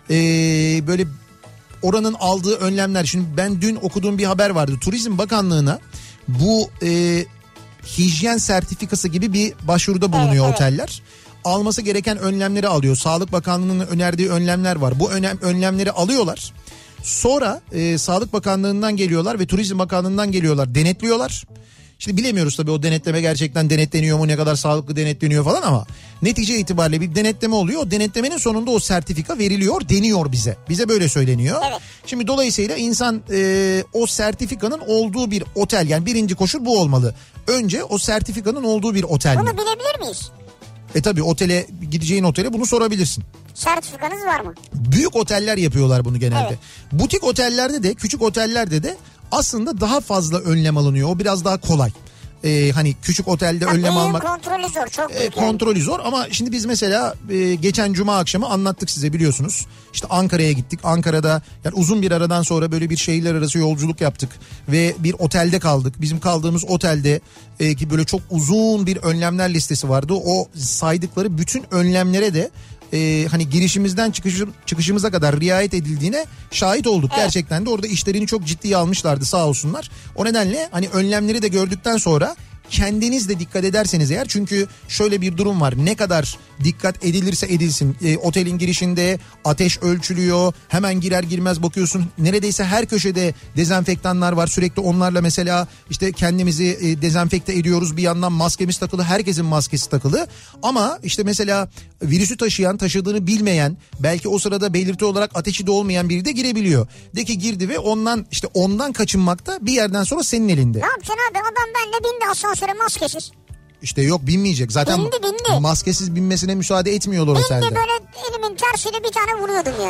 ee, böyle oranın aldığı önlemler. Şimdi ben dün okuduğum bir haber vardı. Turizm Bakanlığı'na bu e, hijyen sertifikası gibi bir başvuruda bulunuyor evet, oteller. Evet. Alması gereken önlemleri alıyor. Sağlık Bakanlığı'nın önerdiği önlemler var. Bu önem, önlemleri alıyorlar. Sonra e, Sağlık Bakanlığı'ndan geliyorlar ve Turizm Bakanlığı'ndan geliyorlar, denetliyorlar. Şimdi bilemiyoruz tabii o denetleme gerçekten denetleniyor mu, ne kadar sağlıklı denetleniyor falan, ama netice itibariyle bir denetleme oluyor. O denetlemenin sonunda o sertifika veriliyor, deniyor bize. Bize böyle söyleniyor. Evet. Şimdi dolayısıyla insan e, o sertifikanın olduğu bir otel, yani birinci koşul bu olmalı. Önce o sertifikanın olduğu bir otel. Bunu bilebilir miyiz? E tabii otele, gideceğin otele bunu sorabilirsin. Sertifikanız var mı? Büyük oteller yapıyorlar bunu genelde. Evet. Butik otellerde de, küçük otellerde de aslında daha fazla önlem alınıyor. O biraz daha kolay. Ee, hani küçük otelde ha, önlem almak. Kontrolü zor, çok büyük. E, kontrolü zor ama şimdi biz mesela e, geçen cuma akşamı anlattık size, biliyorsunuz. İşte Ankara'ya gittik. Ankara'da yani uzun bir aradan sonra böyle bir şehirler arası yolculuk yaptık ve bir otelde kaldık. Bizim kaldığımız otelde e, ki böyle çok uzun bir önlemler listesi vardı. O saydıkları bütün önlemlere de Ee, hani girişimizden çıkışım, çıkışımıza kadar riayet edildiğine şahit olduk. Evet. Gerçekten de orada işlerini çok ciddiye almışlardı, sağ olsunlar. O nedenle hani önlemleri de gördükten sonra kendiniz de dikkat ederseniz eğer, çünkü şöyle bir durum var, ne kadar dikkat edilirse edilsin e, otelin girişinde ateş ölçülüyor, hemen girer girmez bakıyorsun neredeyse her köşede dezenfektanlar var, sürekli onlarla mesela işte kendimizi e, dezenfekte ediyoruz, bir yandan maskemiz takılı, herkesin maskesi takılı, ama işte mesela virüsü taşıyan, taşıdığını bilmeyen, belki o sırada belirti olarak ateşi de olmayan biri de girebiliyor. De ki girdi ve ondan işte ondan kaçınmak da bir yerden sonra senin elinde. Ne yapacaksın abi, adam benle bindi asansöre maskesiz. İşte yok, binmeyecek. Zaten bindi, bindi. maskesiz binmesine müsaade etmiyorlar bindi, otelde. Bindi, böyle elimin tersiyle bir tane vuruyordum yani.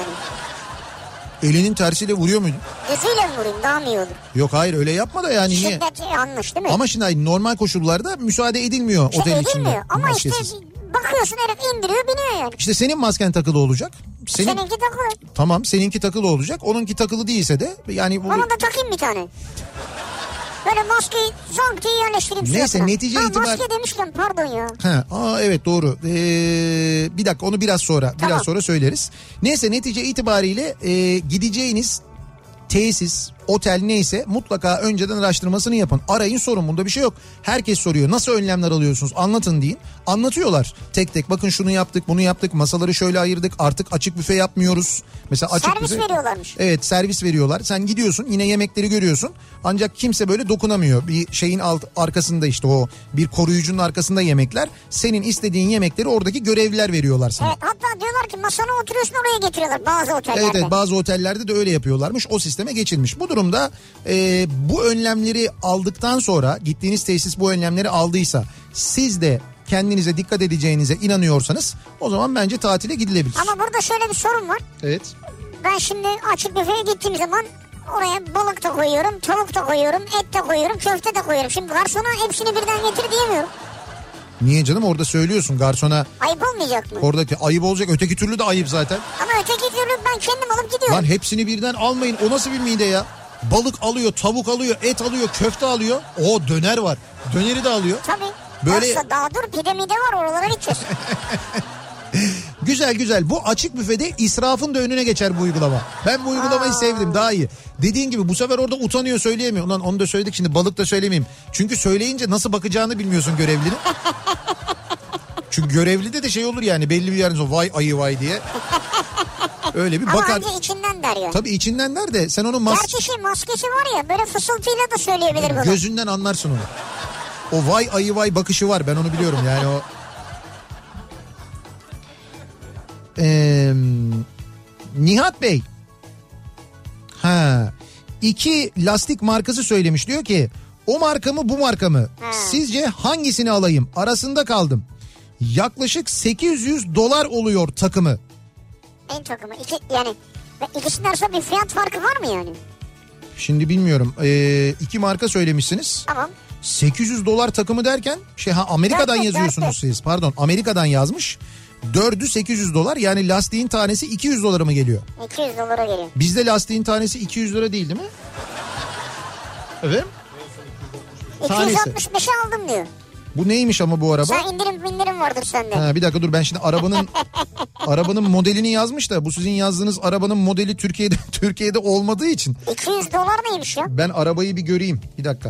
Elinin tersiyle vuruyor muydun? Gözüyle mi vurayım, daha mı iyi olur? Yok hayır, öyle yapma da yani. Şiddet niye? Şiddet yanlış değil mi? Ama şimdi normal koşullarda müsaade edilmiyor işte otel edilmiyor. içinde. Ama maskesiz. işte bakıyorsun herif indiriyor, biniyor yani. İşte senin masken takılı olacak. Senin... Seninki takılı. Tamam, seninki takılı olacak. Onunki takılı değilse de yani... Bu... Ona da takayım bir tane. Böyle maskeyi zonk diye yerleştireyim. Neyse suratına. netice ha, itibar... Maske demişken pardon ya. Ha, aa, evet doğru. Ee, bir dakika, onu biraz sonra tamam. biraz sonra söyleriz. Neyse netice itibariyle e, gideceğiniz tesis, otel neyse mutlaka önceden araştırmasını yapın. Arayın, sorun, bunda bir şey yok. Herkes soruyor, nasıl önlemler alıyorsunuz, anlatın deyin. Anlatıyorlar tek tek, bakın şunu yaptık, bunu yaptık, masaları şöyle ayırdık, artık açık büfe yapmıyoruz. Mesela açık servis büfe, veriyorlarmış. Evet, servis veriyorlar. Sen gidiyorsun, yine yemekleri görüyorsun. Ancak kimse böyle dokunamıyor. Bir şeyin alt, arkasında işte o bir koruyucunun arkasında yemekler. Senin istediğin yemekleri oradaki görevliler veriyorlar sana. Evet, hatta diyorlar ki masana oturuyorsun, oraya getiriyorlar bazı otellerde. Evet, evet, bazı otellerde de öyle yapıyorlarmış. O sisteme geçilmiş. Bu durumda e, bu önlemleri aldıktan sonra, gittiğiniz tesis bu önlemleri aldıysa, siz de kendinize dikkat edeceğinize inanıyorsanız o zaman bence tatile gidilebilir. Ama burada şöyle bir sorun var. Evet. Ben şimdi açık büfeye gittiğim zaman oraya balık da koyuyorum, tavuk da koyuyorum, et de koyuyorum, köfte de koyuyorum. Şimdi garsona hepsini birden getir diyemiyorum. Niye canım, orada söylüyorsun garsona. Ayıp olmayacak mı? Oradaki ayıp olacak, öteki türlü de ayıp zaten. Ama öteki türlü ben kendim alıp gidiyorum. Lan hepsini birden almayın, o nasıl bir mide ya? Balık alıyor, tavuk alıyor, et alıyor, köfte alıyor. O döner var. Döneri de alıyor. Tabii. Böyle... Yoksa daha dur, pide mide var, oralara gideceğiz. Güzel güzel. Bu açık büfede israfın da önüne geçer bu uygulama. Ben bu uygulamayı Aa. sevdim, daha iyi. Dediğin gibi bu sefer orada utanıyor, söyleyemiyor. Ulan onu da söyledik, şimdi balık da söylemeyeyim. Çünkü söyleyince nasıl bakacağını bilmiyorsun görevlinin. Çünkü görevlide de şey olur yani, belli bir yerden sonra vay ayı vay diye. Öyle bir ama bakar. Ama içinden der ya. Tabii içinden der de sen onun mas... Gerçi şey, maskesi var ya, böyle fısıltıyla da söyleyebilir bunu. Gözünden anlarsın onu. O vay ayı vay bakışı var, ben onu biliyorum yani o. Ee, Nihat Bey. Ha. İki lastik markası söylemiş, diyor ki o marka mı bu marka mı? Ha. Sizce hangisini alayım? Arasında kaldım. Yaklaşık sekiz yüz dolar oluyor takımı. En takımı. İki, yani ikisinin arasında bir fiyat farkı var mı yani? Şimdi bilmiyorum. Ee, iki marka söylemişsiniz. Tamam. sekiz yüz dolar takımı derken şey ha Amerika'dan dörtte, yazıyorsunuz dörtte. Siz. Pardon, Amerika'dan yazmış. Dördü sekiz yüz dolar, yani lastiğin tanesi iki yüz dolara mı geliyor? iki yüz dolara geliyor. Bizde lastiğin tanesi iki yüz lira değil değil mi? Evet. iki yüz altmış beşe aldım diyor. Bu neymiş ama bu araba? Sen indirim indirim vardır sende. Ha, bir dakika dur, ben şimdi arabanın arabanın modelini yazmış da bu sizin yazdığınız arabanın modeli Türkiye'de Türkiye'de olmadığı için. iki yüz dolar neymiş ya? Ben arabayı bir göreyim bir dakika.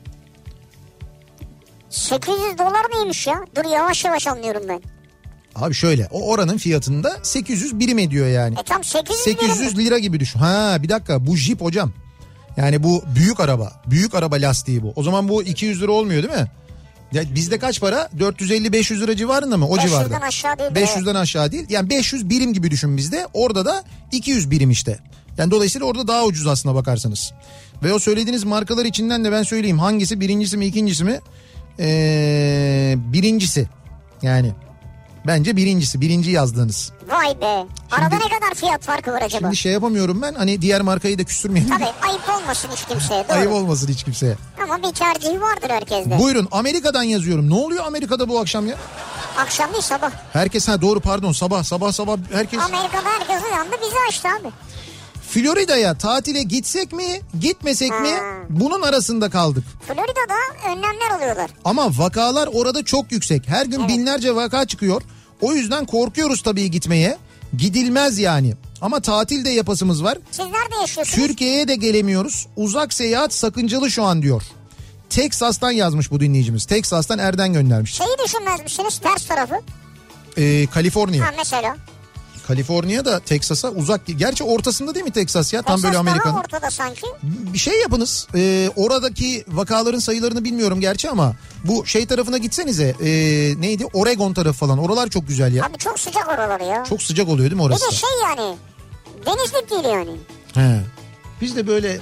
sekiz yüz dolar neymiş ya? Dur yavaş yavaş anlıyorum ben. Abi şöyle, o oranın fiyatında sekiz yüz birim ediyor yani. E tam sekiz yüz, sekiz yüz lira gibi düşün. Ha bir dakika, bu Jeep hocam. Yani bu büyük araba. Büyük araba lastiği bu. O zaman bu iki yüz lira olmuyor değil mi? Ya bizde kaç para? dört yüz elli beş yüz lira civarında mı? O civarda. beş yüzden aşağı değil. beş yüzden aşağı değil. Yani beş yüz birim gibi düşün bizde. Orada da iki yüz birim işte. Yani dolayısıyla orada daha ucuz aslına bakarsanız. Ve o söylediğiniz markalar içinden de ben söyleyeyim. Hangisi, birincisi mi ikincisi mi? Ee, birincisi. Yani bence birincisi. Birinci yazdığınız. Vay be. Şimdi, arada ne kadar fiyat farkı var acaba? Şimdi şey yapamıyorum ben. Hani diğer markayı da küstürmeyelim. Tabii ayıp olmasın hiç kimseye. Doğru. Ayıp olmasın hiç kimseye. Ama bir tercihi vardır herkeste. Buyurun, Amerika'dan yazıyorum. Ne oluyor Amerika'da bu akşam ya? Akşam değil sabah. Herkes, ha doğru pardon, sabah sabah sabah herkes. Amerika'da herkes uyandı, bizi açtı abi. Florida'ya tatile gitsek mi gitmesek mi bunun arasında kaldık. Florida'da önlemler alıyorlar. Ama vakalar orada çok yüksek. Her gün evet. binlerce vaka çıkıyor. O yüzden korkuyoruz tabii gitmeye. Gidilmez yani. Ama tatil de yapasımız var. Siz nerede yaşıyorsunuz? Türkiye'ye de gelemiyoruz. Uzak seyahat sakıncalı şu an diyor. Teksas'tan yazmış bu dinleyicimiz. Teksas'tan Erden göndermiş. Şeyi düşünmez misiniz, ters tarafı? Ee, Kaliforniya. Ha mesela. Kaliforniya da Teksas'a uzak. Gerçi ortasında değil mi Teksas ya? Tam Texas böyle Amerika'nın. daha ortada sanki. Bir şey yapınız. Ee, oradaki vakaların sayılarını bilmiyorum gerçi ama bu şey tarafına gitsenize. Ee, neydi? Oregon tarafı falan. Oralar çok güzel ya. Abi çok sıcak oraları ya. Çok sıcak oluyor değil mi orası? Bir de şey yani. Denizlik değil yani. He. Biz de böyle...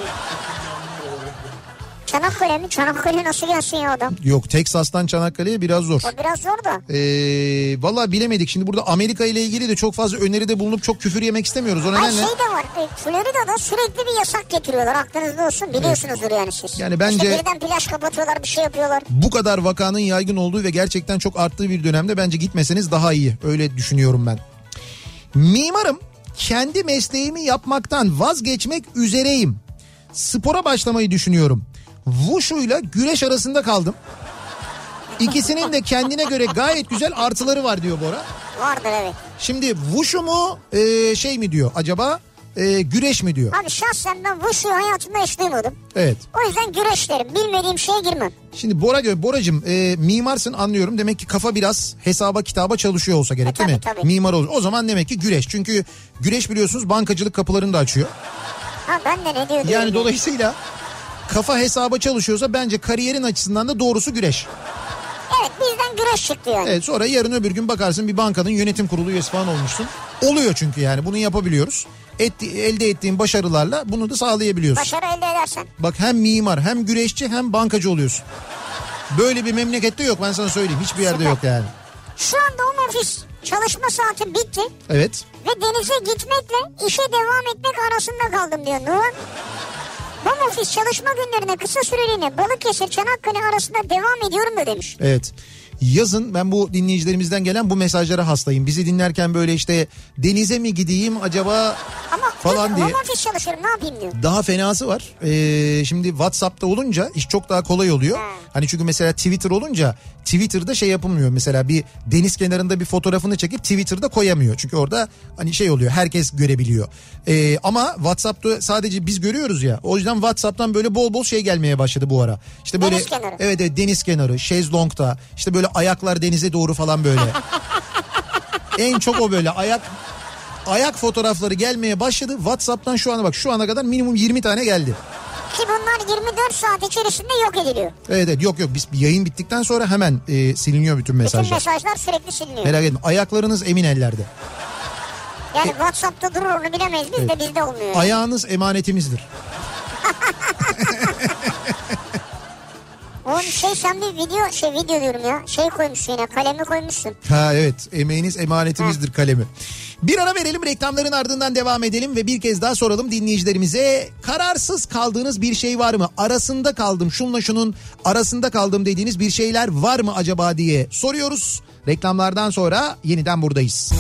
Çanakkale mi? Çanakkale nasıl gelsin ya adam? Yok, Teksas'tan Çanakkale'ye biraz zor. O biraz zor da. Ee, Valla bilemedik. Şimdi burada Amerika ile ilgili de çok fazla öneride bulunup çok küfür yemek istemiyoruz. O nedenle... Hayır şey de var. E, Florida'da sürekli bir yasak getiriyorlar. Aklınızda olsun. Biliyorsunuzdur evet. Yani siz. Yani bence... İşte birden plaj kapatıyorlar, bir şey yapıyorlar. Bu kadar vakanın yaygın olduğu ve gerçekten çok arttığı bir dönemde bence gitmeseniz daha iyi. Öyle düşünüyorum ben. Mimarım. Kendi mesleğimi yapmaktan vazgeçmek üzereyim. Spora başlamayı düşünüyorum. Wushu'yla güreş arasında kaldım. İkisinin de kendine göre gayet güzel artıları var diyor Bora. Vardır evet. Şimdi Wushu mu e, şey mi diyor acaba e, güreş mi diyor? Abi şahsen ben Wushu'yu hayatımda hiç duymadım. Evet. O yüzden güreş derim. Bilmediğim şeye girmem. Şimdi Bora, Boracığım e, mimarsın anlıyorum. Demek ki kafa biraz hesaba kitaba çalışıyor olsa gerek e, tabii, değil mi? Tabii. Mimar olur. O zaman demek ki güreş. Çünkü güreş biliyorsunuz bankacılık kapılarını da açıyor. Ha ben de ne diyor? Yani dolayısıyla kafa hesaba çalışıyorsa bence kariyerin açısından da doğrusu güreş. Evet bizden güreş çıktı yani. Evet, sonra yarın öbür gün bakarsın bir bankanın yönetim kurulu üyesi falan olmuşsun. Oluyor çünkü yani bunu yapabiliyoruz. Et, elde ettiğin başarılarla bunu da sağlayabiliyorsun. Başarı elde edersen. Bak hem mimar hem güreşçi hem bankacı oluyorsun. Böyle bir memlekette yok, ben sana söyleyeyim. Hiçbir yerde Süper. Yok yani. Şu anda home office çalışma saati bitti. Evet. Ve denize gitmekle işe devam etmek arasında kaldım diyor Nuhan. Home office çalışma günlerine kısa süreliğine Balıkesir Çanakkale arasında devam ediyorum da demiş. Evet. Yazın ben bu dinleyicilerimizden gelen bu mesajlara hastayım. Bizi dinlerken böyle işte denize mi gideyim acaba Ama falan diye. Ama home office çalışıyorum ne yapayım diyor. Daha fenası var. Ee, şimdi WhatsApp'ta olunca iş çok daha kolay oluyor. Hmm. Hani çünkü mesela Twitter olunca Twitter'da şey yapılmıyor. Mesela bir deniz kenarında bir fotoğrafını çekip Twitter'da koyamıyor. Çünkü orada hani şey oluyor, herkes görebiliyor. Ee, ama WhatsApp'ta sadece biz görüyoruz ya. O yüzden WhatsApp'tan böyle bol bol şey gelmeye başladı bu ara. İşte böyle deniz kenarı. Evet, evet deniz kenarı, şezlongta işte böyle ayaklar denize doğru falan böyle. En çok o böyle ayak ayak fotoğrafları gelmeye başladı. WhatsApp'tan şu ana bak şu ana kadar minimum yirmi tane geldi. Ki bunlar yirmi dört saat içerisinde yok ediliyor. Evet evet yok yok biz yayın bittikten sonra hemen e, siliniyor bütün mesajlar. Bütün mesajlar sürekli siliniyor. Merak etme, ayaklarınız emin ellerde. Yani e, WhatsApp'ta durur onu bilemeyiz biz evet. de bizde olmuyor. Ayağınız emanetimizdir. Oğlum şey sen bir video şey video diyorum ya şey koymuşsun yine kalemi koymuşsun. Ha evet, emeğiniz emanetimizdir ha. Kalemi. Bir ara verelim, reklamların ardından devam edelim ve bir kez daha soralım dinleyicilerimize. Kararsız kaldığınız bir şey var mı? Arasında kaldım, şunla şunun arasında kaldım dediğiniz bir şeyler var mı acaba diye soruyoruz. Reklamlardan sonra yeniden buradayız.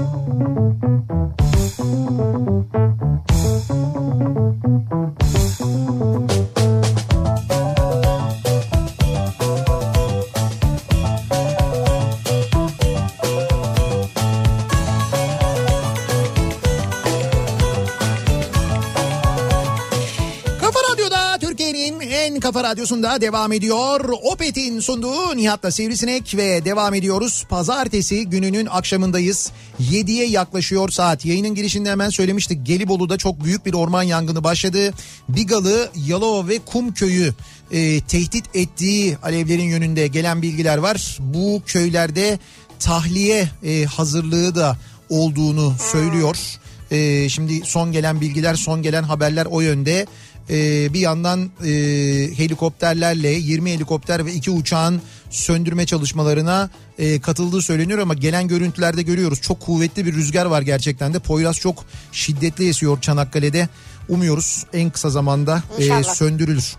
Kafa Radyosu'nda devam ediyor. Opet'in sunduğu Nihat'la Sivrisinek ve devam ediyoruz. Pazartesi gününün akşamındayız. yediye yaklaşıyor saat. Yayının girişinde hemen söylemiştik. Gelibolu'da çok büyük bir orman yangını başladı. Bigalı, Yalova ve Kumköy'ü e, tehdit ettiği alevlerin yönünde gelen bilgiler var. Bu köylerde tahliye e, hazırlığı da olduğunu söylüyor. E, şimdi son gelen bilgiler, son gelen haberler o yönde. Ee, bir yandan e, helikopterlerle yirmi helikopter ve iki uçağın söndürme çalışmalarına e, katıldığı söyleniyor ama gelen görüntülerde görüyoruz. Çok kuvvetli bir rüzgar var gerçekten de. Poyraz çok şiddetli esiyor Çanakkale'de. Umuyoruz en kısa zamanda e, söndürülür.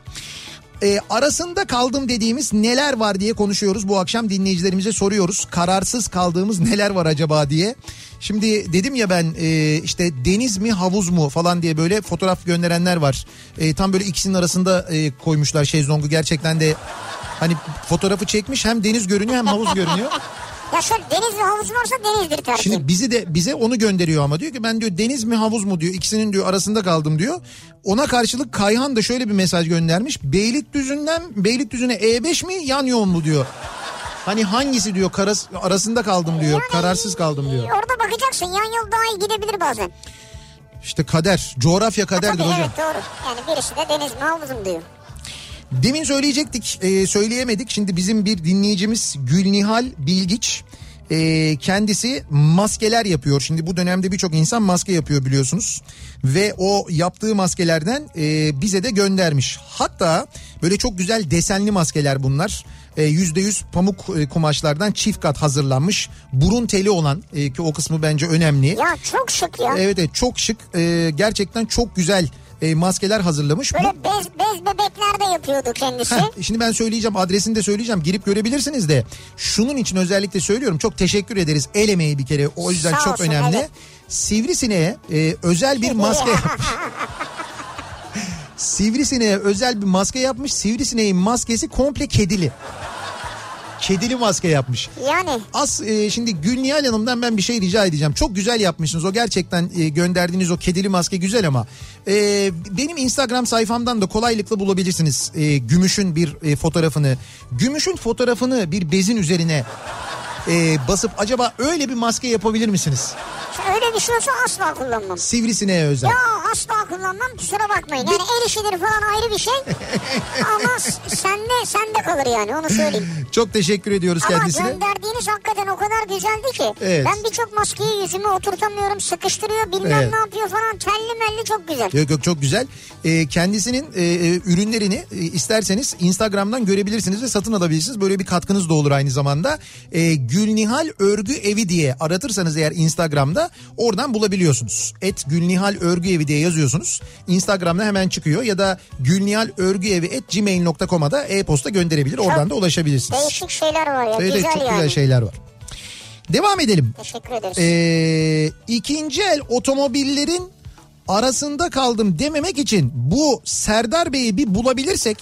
E, arasında kaldım dediğimiz neler var diye konuşuyoruz. Bu akşam dinleyicilerimize soruyoruz. Kararsız kaldığımız neler var acaba diye. Şimdi dedim ya ben e, işte deniz mi havuz mu falan diye böyle fotoğraf gönderenler var. E, tam böyle ikisinin arasında e, koymuşlar şezlongu. Gerçekten de hani fotoğrafı çekmiş, hem deniz görünüyor hem havuz görünüyor. Ya şöyle deniz ve havuz varsa denizdir tercih. Şimdi bizi de bize onu gönderiyor ama diyor ki ben diyor deniz mi havuz mu diyor, ikisinin diyor arasında kaldım diyor. Ona karşılık Kayhan da şöyle bir mesaj göndermiş. Beylikdüzü'nden Beylikdüzü'ne E beş mi yan yol mu diyor. Hani hangisi diyor, karas, arasında kaldım diyor, yani, kararsız kaldım diyor. Orada bakacaksın, yan yol daha iyi gidebilir bazen. İşte kader, coğrafya kaderdir tabii, hocam. Evet doğru, yani birisi de deniz mi havuz mu diyor. Demin söyleyecektik, e, söyleyemedik. Şimdi bizim bir dinleyicimiz Gülnihal Bilgiç, e, kendisi maskeler yapıyor. Şimdi bu dönemde birçok insan maske yapıyor biliyorsunuz. Ve o yaptığı maskelerden e, bize de göndermiş. Hatta böyle çok güzel desenli maskeler bunlar. yüzde yüz pamuk kumaşlardan çift kat hazırlanmış. Burun teli olan e, ki o kısmı bence önemli. Ya çok şık ya. Evet, evet çok şık. E, gerçekten çok güzel e, maskeler hazırlamış. Böyle Bu... bez, bez bebekler de yapıyordu kendisi. Heh, şimdi ben söyleyeceğim, adresini de söyleyeceğim. Girip görebilirsiniz de. Şunun için özellikle söylüyorum. Çok teşekkür ederiz. El emeği bir kere. O yüzden Sağ çok olsun, önemli. evet. Sivrisineğe e, özel bir maske yapmış. Sivrisineğe özel bir maske yapmış. Sivrisineğin maskesi komple kedili. Kedili maske yapmış. Yani. As e, şimdi Gülnihal Hanım'dan ben bir şey rica edeceğim. Çok güzel yapmışsınız. O gerçekten e, gönderdiğiniz o kedili maske güzel ama e, benim Instagram sayfamdan da kolaylıkla bulabilirsiniz e, Gümüş'ün bir e, fotoğrafını. Gümüş'ün fotoğrafını bir bezin üzerine e, basıp acaba öyle bir maske yapabilir misiniz? Öyle bir şey olsa asla kullanmam. Sivrisineğe özel. Ya asla kullanmam, kusura bakmayın. Yani el işidir falan ayrı bir şey. Ama sende sende kalır yani, onu söyleyeyim. Çok teşekkür ediyoruz ama kendisine. Ama gönderdiğiniz hakikaten o kadar güzeldi ki. Evet. Ben birçok maskeyi yüzüme oturtamıyorum, sıkıştırıyor bilmem evet. ne yapıyor falan, telli melli, çok güzel. Yok yok çok güzel. Ee, kendisinin e, ürünlerini e, isterseniz Instagram'dan görebilirsiniz ve satın alabilirsiniz. Böyle bir katkınız da olur aynı zamanda. E, Gülnihal Örgü Evi diye aratırsanız eğer Instagram'da oradan bulabiliyorsunuz. Et Gülnihal Örgü Evi diye yazıyorsunuz. Instagram'da hemen çıkıyor ya da gülnihalörgüevi et gmail nokta com'a da e-posta gönderebilir. Çok oradan da ulaşabilirsiniz. Değişik şeyler var ya. Evet, güzel çok yani. güzel şeyler var. Devam edelim. Teşekkür ederiz. Ee, ikinci el otomobillerin arasında kaldım dememek için bu Serdar Bey'i bir bulabilirsek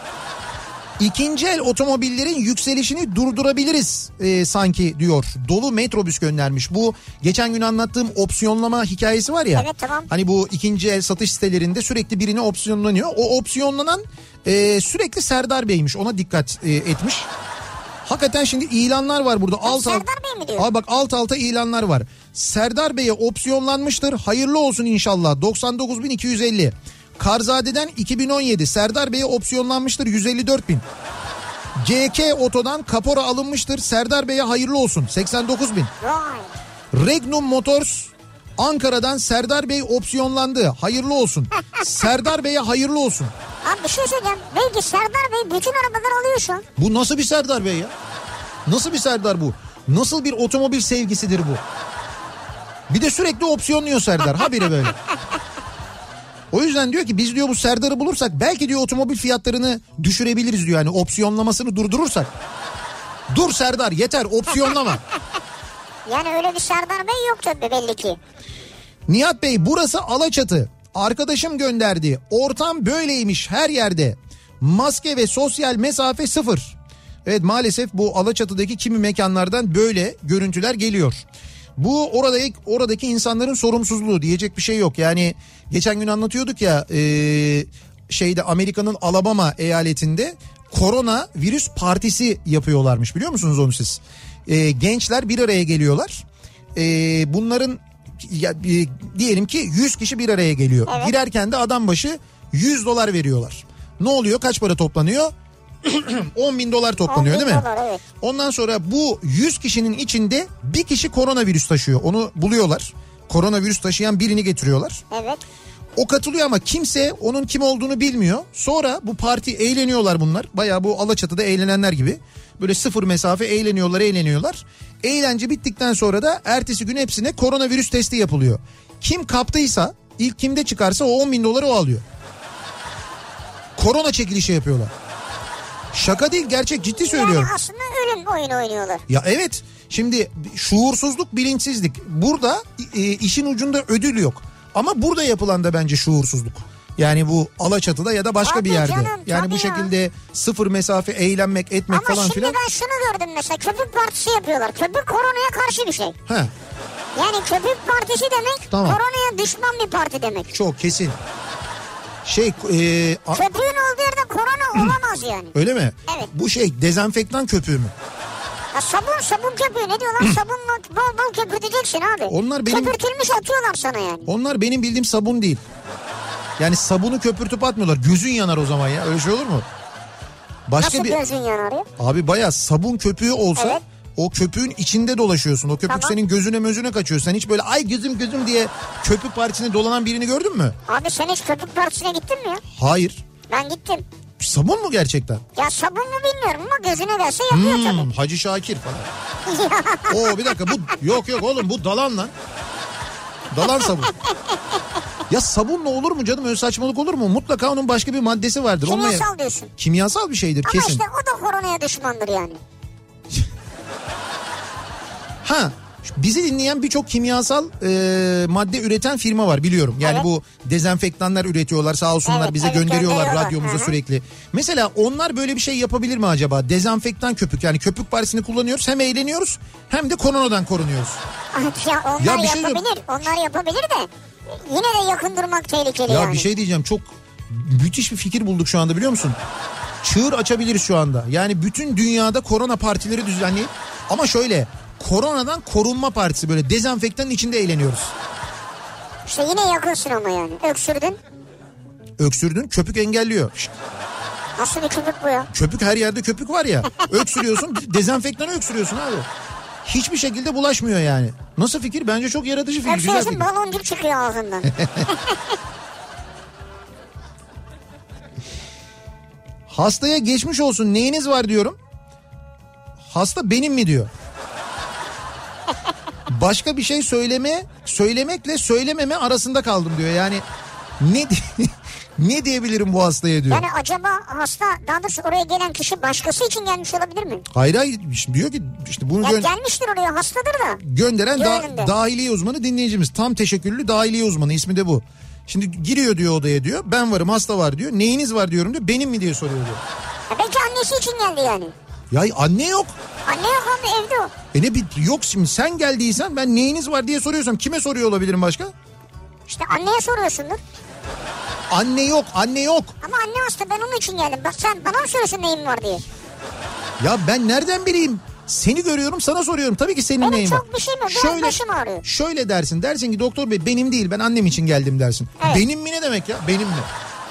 İkinci el otomobillerin yükselişini durdurabiliriz e, sanki diyor. Dolu Metrobüs göndermiş. Bu geçen gün anlattığım opsiyonlama hikayesi var ya. Evet, tamam. Hani bu ikinci el satış sitelerinde sürekli birine opsiyonlanıyor. O opsiyonlanan e, sürekli Serdar Bey'miş. Ona dikkat e, etmiş. Hakikaten şimdi ilanlar var burada. Alt Serdar alt, Bey mi diyor? Aa bak alt alta ilanlar var. Serdar Bey'e opsiyonlanmıştır. Hayırlı olsun inşallah. doksan dokuz bin iki yüz elli. Karzade'den iki bin on yedi. Serdar Bey'e opsiyonlanmıştır yüz elli dört bin. C K Oto'dan kapora alınmıştır. Serdar Bey'e hayırlı olsun seksen dokuz bin. Vay. Regnum Motors Ankara'dan Serdar Bey opsiyonlandı. Hayırlı olsun. Serdar Bey'e hayırlı olsun. Abi bir şey söyleyeceğim. Belki Serdar Bey bütün arabaları alıyor şu an. Bu nasıl bir Serdar Bey ya? Nasıl bir Serdar bu? Nasıl bir otomobil sevgisidir bu? Bir de sürekli opsiyonluyor Serdar. Habire böyle. O yüzden diyor ki biz diyor bu Serdar'ı bulursak belki diyor otomobil fiyatlarını düşürebiliriz diyor. Yani opsiyonlamasını durdurursak. Dur Serdar yeter, opsiyonlama. Yani öyle bir Serdar Bey yok tabii belli ki. Nihat Bey burası Alaçatı. Arkadaşım gönderdi. Ortam böyleymiş her yerde. Maske ve sosyal mesafe sıfır. Evet, maalesef bu Alaçatı'daki kimi mekanlardan böyle görüntüler geliyor. Bu oradaki, oradaki insanların sorumsuzluğu, diyecek bir şey yok. Yani geçen gün anlatıyorduk ya e, şeyde Amerika'nın Alabama eyaletinde korona virüs partisi yapıyorlarmış, biliyor musunuz onu siz? E, gençler bir araya geliyorlar. E, bunların ya, e, diyelim ki yüz kişi bir araya geliyor. Evet. Girerken de adam başı yüz dolar veriyorlar. Ne oluyor, kaç para toplanıyor? on bin dolar toplanıyor değil mi? Dolar, evet. Ondan sonra bu yüz kişinin içinde bir kişi koronavirüs taşıyor. Onu buluyorlar. Koronavirüs taşıyan birini getiriyorlar. Evet. O katılıyor ama kimse onun kim olduğunu bilmiyor. Sonra bu parti, eğleniyorlar bunlar. Bayağı bu Alaçatı'da eğlenenler gibi. Böyle sıfır mesafe eğleniyorlar eğleniyorlar. Eğlence bittikten sonra da ertesi gün hepsine koronavirüs testi yapılıyor. Kim kaptıysa, ilk kimde çıkarsa o on bin doları o alıyor. Korona çekilişi yapıyorlar. Şaka değil, gerçek, ciddi söylüyorum. Yani aslında ölüm oyunu oynuyorlar. Ya evet, şimdi şuursuzluk, bilinçsizlik. Burada e, işin ucunda ödül yok. Ama burada yapılan da bence şuursuzluk. Yani bu Alaçatı'da ya da başka tabii bir yerde. Canım, yani bu şekilde ya. sıfır mesafe eğlenmek, etmek ama falan filan. Ama şimdi ben şunu gördüm mesela, köpük partisi yapıyorlar. Köpük koronaya karşı bir şey. He. Yani köpük partisi demek tamam. Koronaya düşman bir parti demek. Çok kesin. Şey, e, köpüğün olduğu yerde korona olamaz yani. Öyle mi? Evet. Bu şey dezenfektan köpüğü mü? Ya sabun sabun köpüğü, ne diyorlar? Sabunla bol bol köpürteceksin abi. Onlar benim... Köpürtülmüş atıyorlar sana yani. Onlar benim bildiğim sabun değil. Yani sabunu köpürtüp atmıyorlar. Gözün yanar o zaman ya. Öyle şey olur mu? Başka Nasıl bir... gözün yanar ya? Abi bayağı sabun köpüğü olsa... Evet. O köpüğün içinde dolaşıyorsun. O köpük tamam. Senin gözüne mözüne kaçıyor. Sen hiç böyle ay gözüm gözüm diye köpük partisine dolanan birini gördün mü? Abi sen hiç köpük partisine gittin mi ya? Hayır. Ben gittim. Sabun mu gerçekten? Ya sabun mu bilmiyorum ama gözüne gelse yapıyor hmm, tabii. Hacı Şakir falan. Oo bir dakika, bu yok yok oğlum, bu dalan lan. Dalan sabun. Ya sabunla olur mu canım, öyle saçmalık olur mu? Mutlaka onun başka bir maddesi vardır. Kimyasal Onunla... diyorsun. Kimyasal bir şeydir ama kesin. Ama işte o da koronaya düşmandır yani. Ha, bizi dinleyen birçok kimyasal e, madde üreten firma var biliyorum. Yani evet. Bu dezenfektanlar üretiyorlar sağ olsunlar, evet, bize evet, gönderiyorlar, gönderiyorlar radyomuza Hı-hı. sürekli. Mesela onlar böyle bir şey yapabilir mi acaba? Dezenfektan köpük, yani köpük partisini kullanıyoruz, hem eğleniyoruz hem de koronadan korunuyoruz. ya onlar ya bir yapabilir, şey... onlar yapabilir de yine de yakın durmak tehlikeli ya yani. Ya bir şey diyeceğim, çok müthiş bir fikir bulduk şu anda, biliyor musun? Çığır açabiliriz şu anda. Yani bütün dünyada korona partileri düzenleyip ama şöyle... Koronadan korunma partisi, böyle dezenfektanın içinde eğleniyoruz. İşte yine yakınsın ama yani. Öksürdün. Öksürdün, köpük engelliyor. Şişt. Nasıl bir köpük bu ya? Köpük, her yerde köpük var ya. Öksürüyorsun, dezenfektanı öksürüyorsun abi. Hiçbir şekilde bulaşmıyor yani. Nasıl fikir? Bence çok yaratıcı fikir. Öksürüyorsun, güzel fikir. Baloncuk çıkıyor ağzından. Hastaya geçmiş olsun, neyiniz var diyorum. Hasta benim mi diyor. Başka bir şey söyleme, söylemekle söylememe arasında kaldım diyor. Yani ne ne diyebilirim bu hastaya diyor. Yani acaba hasta, daha doğrusu oraya gelen kişi başkası için gelmiş olabilir mi? Hayır hayır, diyor ki işte bunu... Ya gö- gelmiştir oraya, hastadır da. Gönderen da, dahiliye uzmanı dinleyicimiz. Tam teşekküllü dahiliye uzmanı, ismi de bu. Şimdi giriyor diyor odaya diyor. Ben varım, hasta var diyor. Neyiniz var diyorum diyor. Benim mi diye soruyor diyor. Ya belki annesi için geldi yani. Ya anne yok. Anne yok abi, evde o. E ne bir yok şimdi, sen geldiysen ben neyiniz var diye soruyorsam kime soruyor olabilirim başka? İşte anneye soruyorsundur. Anne yok, anne yok. Ama anne hasta, ben onun için geldim. Bak sen bana mı soruyorsun neyim var diye. Ya ben nereden bileyim? Seni görüyorum, sana soruyorum. Tabii ki senin benim neyin var. Benim çok bir şey mi? Biraz başım ağrıyor. Şöyle dersin, dersin ki doktor bey benim değil, ben annem için geldim dersin. Evet. Benim mi ne demek ya? Benim mi?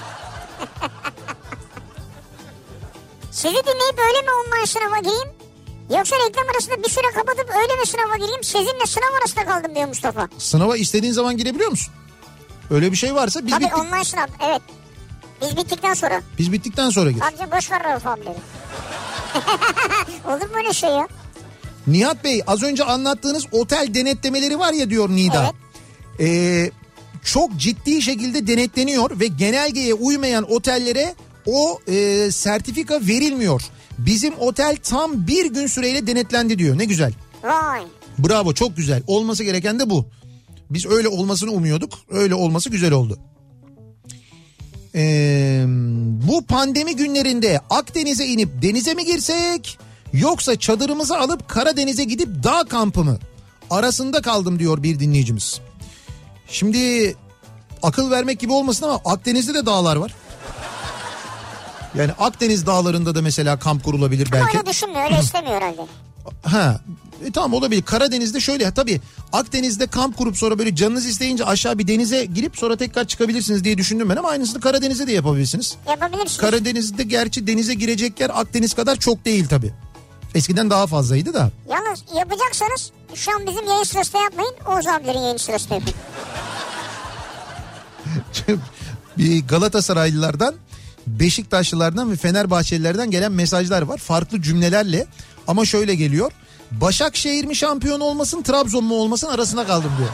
Sizi dinleyip öyle mi online sınava gireyim? Yoksa reklam arasında bir süre kapatıp öyle mi sınava gireyim? Sizinle sınav arasında kaldım diyor Mustafa. Sınava istediğin zaman girebiliyor musun? Öyle bir şey varsa biz Tabii bittik. online sınav, evet. Biz bittikten sonra. Biz bittikten sonra gir. Abici boş ver Rauf abileri. Olur mu öyle şey ya? Nihat Bey, az önce anlattığınız otel denetlemeleri var ya diyor Nida. Evet. Ee, çok ciddi şekilde denetleniyor ve genelgeye uymayan otellere o e, sertifika verilmiyor. Bizim otel tam bir gün süreyle denetlendi diyor. Ne güzel. Vay. Bravo, çok güzel. Olması gereken de bu. Biz öyle olmasını umuyorduk. Öyle olması güzel oldu. Ee, bu pandemi günlerinde Akdeniz'e inip denize mi girsek yoksa çadırımızı alıp Karadeniz'e gidip dağ kampı mı? Arasında kaldım diyor bir dinleyicimiz. Şimdi akıl vermek gibi olmasın ama Akdeniz'de de dağlar var. Yani Akdeniz dağlarında da mesela kamp kurulabilir belki. Ama öyle düşünmüyor, öyle istemiyor herhalde. Ha, e, tamam olabilir. Karadeniz'de şöyle, tabii Akdeniz'de kamp kurup sonra böyle canınız isteyince aşağı bir denize girip sonra tekrar çıkabilirsiniz diye düşündüm ben, ama aynısını Karadeniz'de de yapabilirsiniz. Yapabilirsiniz. Karadeniz'de gerçi denize girecek yer Akdeniz kadar çok değil tabii. Eskiden daha fazlaydı da. Yalnız yapacaksanız şu an bizim yayın sırasında yapmayın. Oğuz abilerin yayın sırasında yapın. Bir Galatasaraylılardan, Beşiktaşlılardan ve Fenerbahçelilerden gelen mesajlar var. Farklı cümlelerle ama şöyle geliyor. Başakşehir mi şampiyon olmasın, Trabzon mu olmasın arasına kaldım diyor.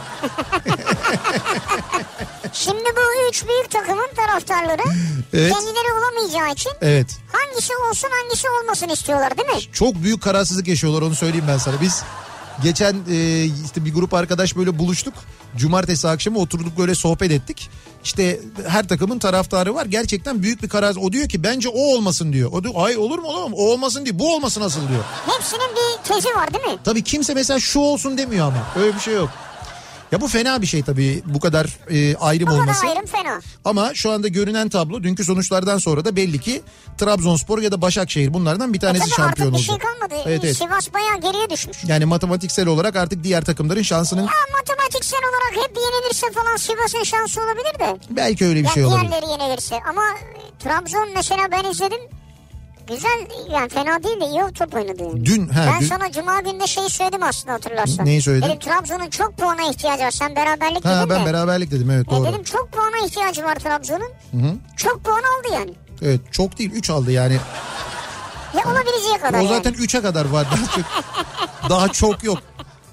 Şimdi bu üç büyük takımın taraftarları evet. kendileri olamayacağı için evet. hangisi olsun hangisi olmasın istiyorlar değil mi? Çok büyük kararsızlık yaşıyorlar, onu söyleyeyim ben sana. Biz geçen e, işte bir grup arkadaş böyle buluştuk. Cumartesi akşamı oturduk, böyle sohbet ettik. İşte her takımın taraftarı var. Gerçekten büyük bir karar. O diyor ki bence o olmasın diyor. O diyor ay olur mu olur mu? O olmasın değil, bu olmasın asıl diyor. Hepsinin bir tezi var değil mi? Tabii kimse mesela şu olsun demiyor ama. Öyle bir şey yok. Ya bu fena bir şey tabii, bu kadar e, ayrım bu olması. Bu kadar ayrım fena. Ama şu anda görünen tablo, dünkü sonuçlardan sonra da belli ki Trabzonspor ya da Başakşehir bunlardan bir tanesi e şampiyon olacak. Artık bir şey kalmadı. Evet, evet. Sivas bayağı geriye düşmüş. Yani matematiksel olarak artık diğer takımların şansının... Ya matematiksel olarak hep yenilirse falan Sivas'ın şansı olabilir de. Belki öyle bir ya şey olabilir. Diğerleri yenilirse ama Trabzon mesela ben izledim. Güzel, yani fena değil de iyi top oynadı yani. Dün, he, ben dün... sana cuma günde şeyi söyledim aslında, hatırlarsan. Neyi söyledin? Dedim Trabzon'un çok puana ihtiyacı var. Sen beraberlik ha, dedin ben de. beraberlik dedim, evet doğru. E dedim çok puana ihtiyacı var Trabzon'un. Hı hı. Çok puan aldı yani. Evet, çok değil, üç aldı yani. Ya olabileceği kadar O zaten yani. üçe kadar var. Daha çok, daha çok yok.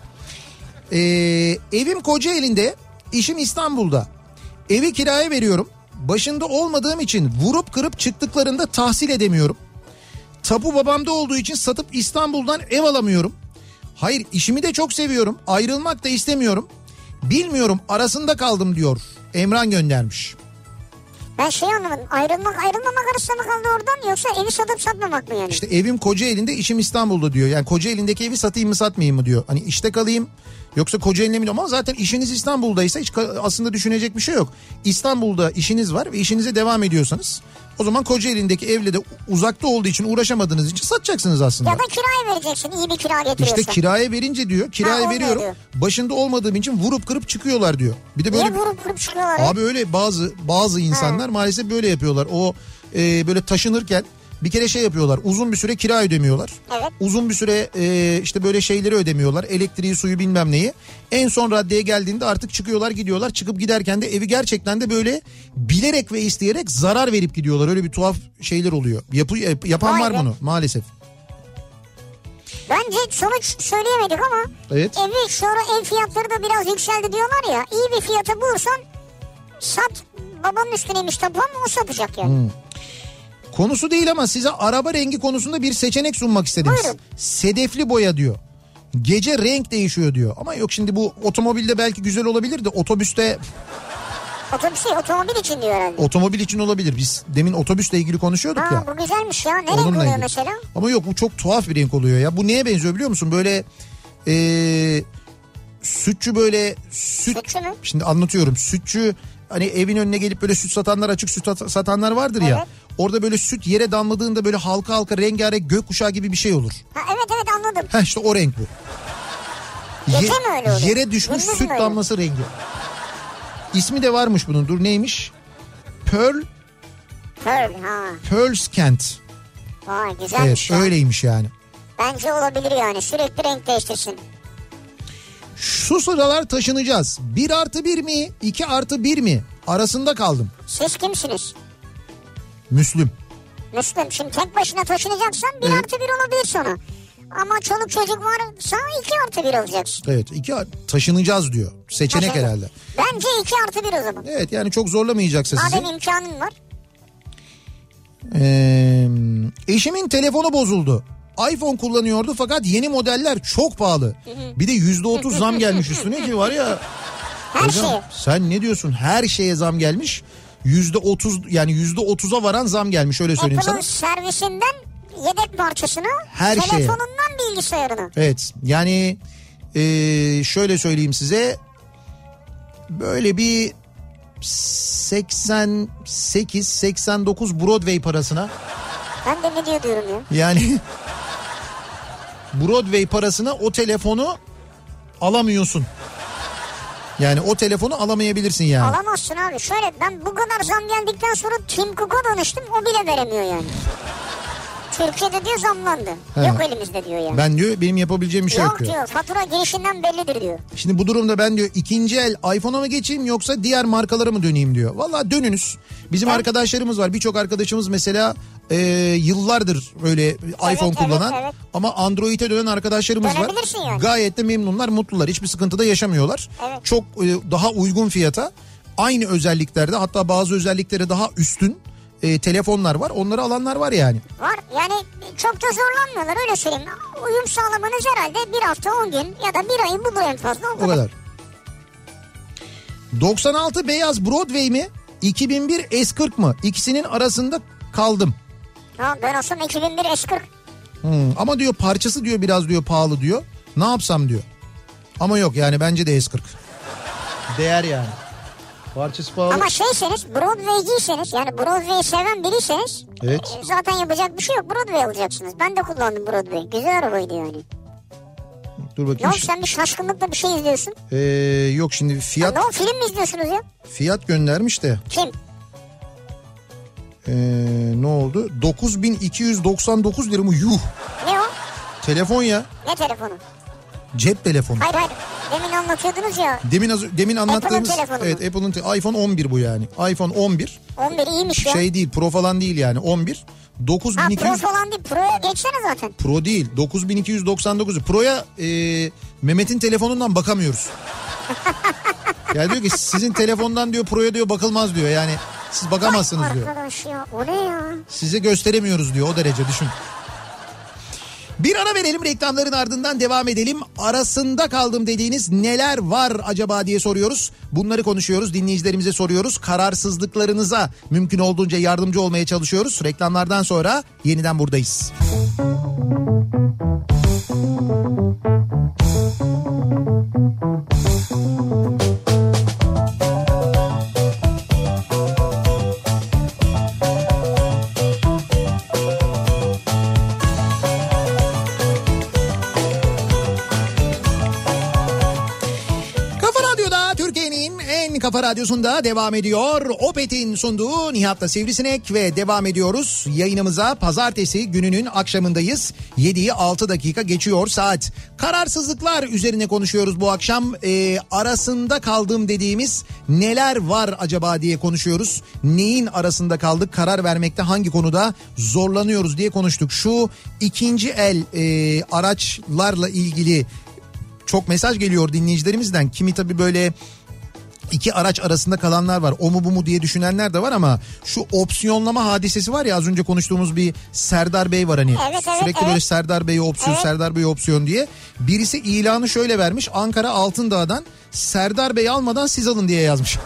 Ee, evim Kocaeli'nde, işim İstanbul'da. Evi kiraya veriyorum. Başında olmadığım için vurup kırıp çıktıklarında tahsil edemiyorum. Tapu babamda olduğu için satıp İstanbul'dan ev alamıyorum. Hayır, işimi de çok seviyorum. Ayrılmak da istemiyorum. Bilmiyorum, arasında kaldım diyor. Emran göndermiş. Ben şey anlamadım. Ayrılmak ayrılmamak arasında mı kaldı oradan, yoksa evi satıp satmamak mı yani? İşte evim Kocaeli'nde, işim İstanbul'da diyor. Yani Kocaeli'ndeki evi satayım mı satmayayım mı diyor. Hani işte kalayım yoksa Kocaeli'ne mi, ama zaten işiniz İstanbul'daysa hiç aslında düşünecek bir şey yok. İstanbul'da işiniz var ve işinize devam ediyorsanız o zaman Kocaeli'ndeki evle de uzakta olduğu için uğraşamadığınız için satacaksınız aslında. Ya da kiraya vereceksin, iyi bir kira getiriyorsan. İşte kiraya verince diyor, kiraya ha, veriyorum. Diyor. Başında olmadığım için vurup kırıp çıkıyorlar diyor. Bir de böyle niye vurup kırıp çıkıyorlar? Abi öyle bazı bazı insanlar ha. maalesef böyle yapıyorlar. O e, böyle taşınırken bir kere şey yapıyorlar, uzun bir süre kira ödemiyorlar. Evet. Uzun bir süre e, işte böyle şeyleri ödemiyorlar, elektriği, suyu, bilmem neyi. En son raddeye geldiğinde artık çıkıyorlar gidiyorlar. Çıkıp giderken de evi gerçekten de böyle bilerek ve isteyerek zarar verip gidiyorlar. Öyle bir tuhaf şeyler oluyor. Yapı, yapan Vay var be. bunu maalesef. Bence sonuç söyleyemedik ama evet. evi sonra ev fiyatları da biraz yükseldi diyorlar ya. İyi bir fiyata bulursan sat, babanın üstüneymiş tapu ama o satacak yani. Hmm. Konusu değil ama size araba rengi konusunda bir seçenek sunmak istedim. Buyurun. Sedefli boya diyor. Gece renk değişiyor diyor. Ama yok, şimdi bu otomobilde belki güzel olabilir de otobüste... Otobüsü otomobil için diyor herhalde. Otomobil için olabilir. Biz demin otobüsle ilgili konuşuyorduk ha, ya. Bu güzelmiş ya. Ne renk oluyor ilgili. Mesela? Ama yok, bu çok tuhaf bir renk oluyor ya. Bu neye benziyor biliyor musun? Böyle ee, sütçü böyle süt. Sütçü mü? Şimdi anlatıyorum. Sütçü, hani evin önüne gelip böyle süt satanlar, açık süt satanlar vardır ya. Evet. Orada böyle süt yere damladığında böyle halka halka rengarenk gökkuşağı gibi bir şey olur. Ha, evet evet anladım. Ha işte o renk bu. Gece Ye- mi öyle oluyor? Yere düşmüş Gündüz süt damlası rengi. İsmi de varmış bunun. Dur neymiş? Pearl. Pearl ha. Pearl's Kent. Vay güzelmiş. Evet, öyleymiş yani. Bence olabilir yani, sürekli renk değiştirsin. Şu sıralar taşınacağız. Bir artı bir mi? iki artı bir mi? Arasında kaldım. Siz kimsiniz? Müslüm. Müslüm. Şimdi tek başına taşınacaksan bir evet. artı bir olabilir sonra. Ama çoluk çocuk varsa iki artı bir olacaksın. Evet, iki taşınacağız diyor. Seçenek Taşınacak. herhalde. Bence iki artı bir o zaman. Evet, yani çok zorlamayacaksa sizi. Madem imkanın var. Ee, eşimin telefonu bozuldu. iPhone kullanıyordu fakat yeni modeller çok pahalı. Bir de yüzde otuz zam gelmiş üstüne ki var ya. Her hocam, şeye. sen ne diyorsun? Her şeye zam gelmiş. Yüzde otuz yani yüzde otuza varan zam gelmiş, öyle söyleyeyim Apple'ın sana. servisinden yedek parçasına, Her şeye. telefonundan bilgisayarına. Evet yani ee, şöyle söyleyeyim size. Böyle bir seksen sekiz seksen dokuz Broadway parasına. Ben de ne diyor diyorum ya. Yani Broadway parasına o telefonu alamıyorsun. Yani o telefonu alamayabilirsin yani. Alamazsın abi. Şöyle, ben bu kadar zam geldikten sonra Tim Cook'a danıştım, o bile veremiyor yani. Türkiye'de diyor zamlandı. He. Yok elimizde diyor yani. Ben diyor benim yapabileceğim bir şey yok, yok diyor. diyor. Fatura girişinden bellidir diyor. Şimdi bu durumda ben diyor ikinci el iPhone'a mı geçeyim yoksa diğer markalara mı döneyim diyor. Vallahi dönünüz. Bizim Ben... arkadaşlarımız var. Birçok arkadaşımız mesela e, yıllardır böyle iPhone evet, kullanan evet, evet. ama Android'e dönen arkadaşlarımız var. Yani. Gayet de memnunlar, mutlular. Hiçbir sıkıntı da yaşamıyorlar. Evet. Çok e, daha uygun fiyata, aynı özelliklerde, hatta bazı özellikleri daha üstün e, telefonlar var. Onları alanlar var yani. Var yani, çok da zorlanmıyorlar, öyle söyleyeyim. Uyum sağlamanız herhalde bir hafta on gün ya da bir ayı bulur en fazla, o kadar. O kadar. doksan altı beyaz Broadway mi? iki bin bir S kırk mı? İkisinin arasında kaldım. Ha, ben olsam iki bin bir S kırk. Hmm, ama diyor parçası diyor biraz diyor pahalı diyor. Ne yapsam diyor. Ama yok yani, bence de S kırk. Değer yani. Parçası pahalı. Ama şeyseniz, Broadway'ciyseniz, yani Broadway'i seven biriyseniz, evet. e, zaten yapacak bir şey yok. Broadway alacaksınız. Ben de kullandım Broadway. Güzel arabaydı yani. Dur bakayım. Ne oldu, sen bir şaşkınlıkla bir şey izliyorsun? Ee, yok şimdi fiyat. Ha, ne o, film mi izliyorsunuz ya? Fiyat göndermiş de. Kim? Ee, ne oldu? dokuz bin iki yüz doksan dokuz lira mı? Yuh. Ne o? Telefon ya. Ne telefonu? Cep telefonu. Hayır hayır. Demin anlatıyordunuz ya. Demin az, demin anlattığımız. Apple'ın telefonu. Evet, Apple'ın te- iPhone on bir bu yani. iPhone on bir. on bir iyiymiş ya. Şey değil, Pro falan değil yani, on bir. dokuz bin iki yüz. Ha, Pro falan değil. Pro'ya geçsene zaten. Pro değil, dokuz bin iki yüz doksan dokuz. Pro'ya e, Mehmet'in telefonundan bakamıyoruz. Yani diyor ki sizin telefondan diyor Pro'ya diyor bakılmaz diyor. Yani siz bakamazsınız diyor. Arkadaş ya, o ne ya? Size gösteremiyoruz diyor, o derece, düşün. Bir ara verelim, reklamların ardından devam edelim. Arasında kaldım dediğiniz neler var acaba diye soruyoruz. Bunları konuşuyoruz, dinleyicilerimize soruyoruz. Kararsızlıklarınıza mümkün olduğunca yardımcı olmaya çalışıyoruz. Reklamlardan sonra yeniden buradayız. Kafa Radyosu'nda devam ediyor. Opet'in sunduğu Nihat'la Sivrisinek ve devam ediyoruz. Yayınımıza pazartesi gününün akşamındayız. yediyi altı dakika geçiyor saat. Kararsızlıklar üzerine konuşuyoruz bu akşam. Ee, arasında kaldım dediğimiz neler var acaba diye konuşuyoruz. Neyin arasında kaldık? Karar vermekte hangi konuda zorlanıyoruz diye konuştuk. Şu ikinci el e, araçlarla ilgili çok mesaj geliyor dinleyicilerimizden. Kimi tabii böyle İki araç arasında kalanlar var. O mu bu mu diye düşünenler de var ama şu opsiyonlama hadisesi var ya, az önce konuştuğumuz bir Serdar Bey var hani. Evet, evet, sürekli evet. böyle Serdar Bey'e opsiyon, evet. Serdar Bey'e opsiyon diye. Birisi ilanı şöyle vermiş. Ankara Altındağ'dan Serdar Bey almadan siz alın diye yazmış.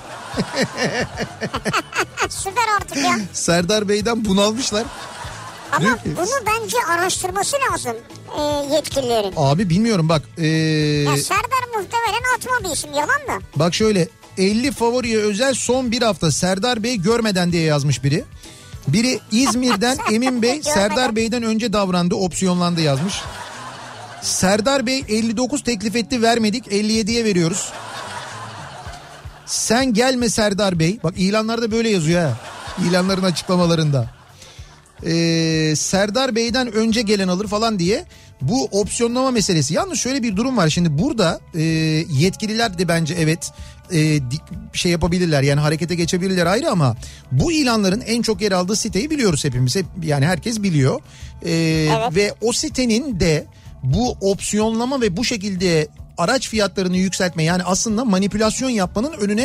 Süper artık ya. Serdar Bey'den bunalmışlar. Ama Diyor ki, bunu bence araştırması lazım e, yetkililerin. Abi bilmiyorum bak. Ee... Ya Serdar muhtemelen atma bir isim, yalan da. Bak şöyle, elli favoriye özel son bir hafta Serdar Bey görmeden diye yazmış biri. Biri İzmir'den Emin Bey Serdar Bey'den önce davrandı, opsiyonlandı yazmış. Serdar Bey elli dokuz teklif etti, vermedik, elli yediye veriyoruz. Sen gelme Serdar Bey. Bak ilanlarda böyle yazıyor ha. İlanların açıklamalarında. Ee, Serdar Bey'den önce gelen alır falan diye. Bu opsiyonlama meselesi. Yalnız şöyle bir durum var. Şimdi burada e, yetkililer de bence evet e, şey yapabilirler. Yani harekete geçebilirler ayrı ama bu ilanların en çok yer aldığı siteyi biliyoruz hepimiz. Hep, yani herkes biliyor. E, evet. Ve o sitenin de bu opsiyonlama ve bu şekilde araç fiyatlarını yükseltme, yani aslında manipülasyon yapmanın önüne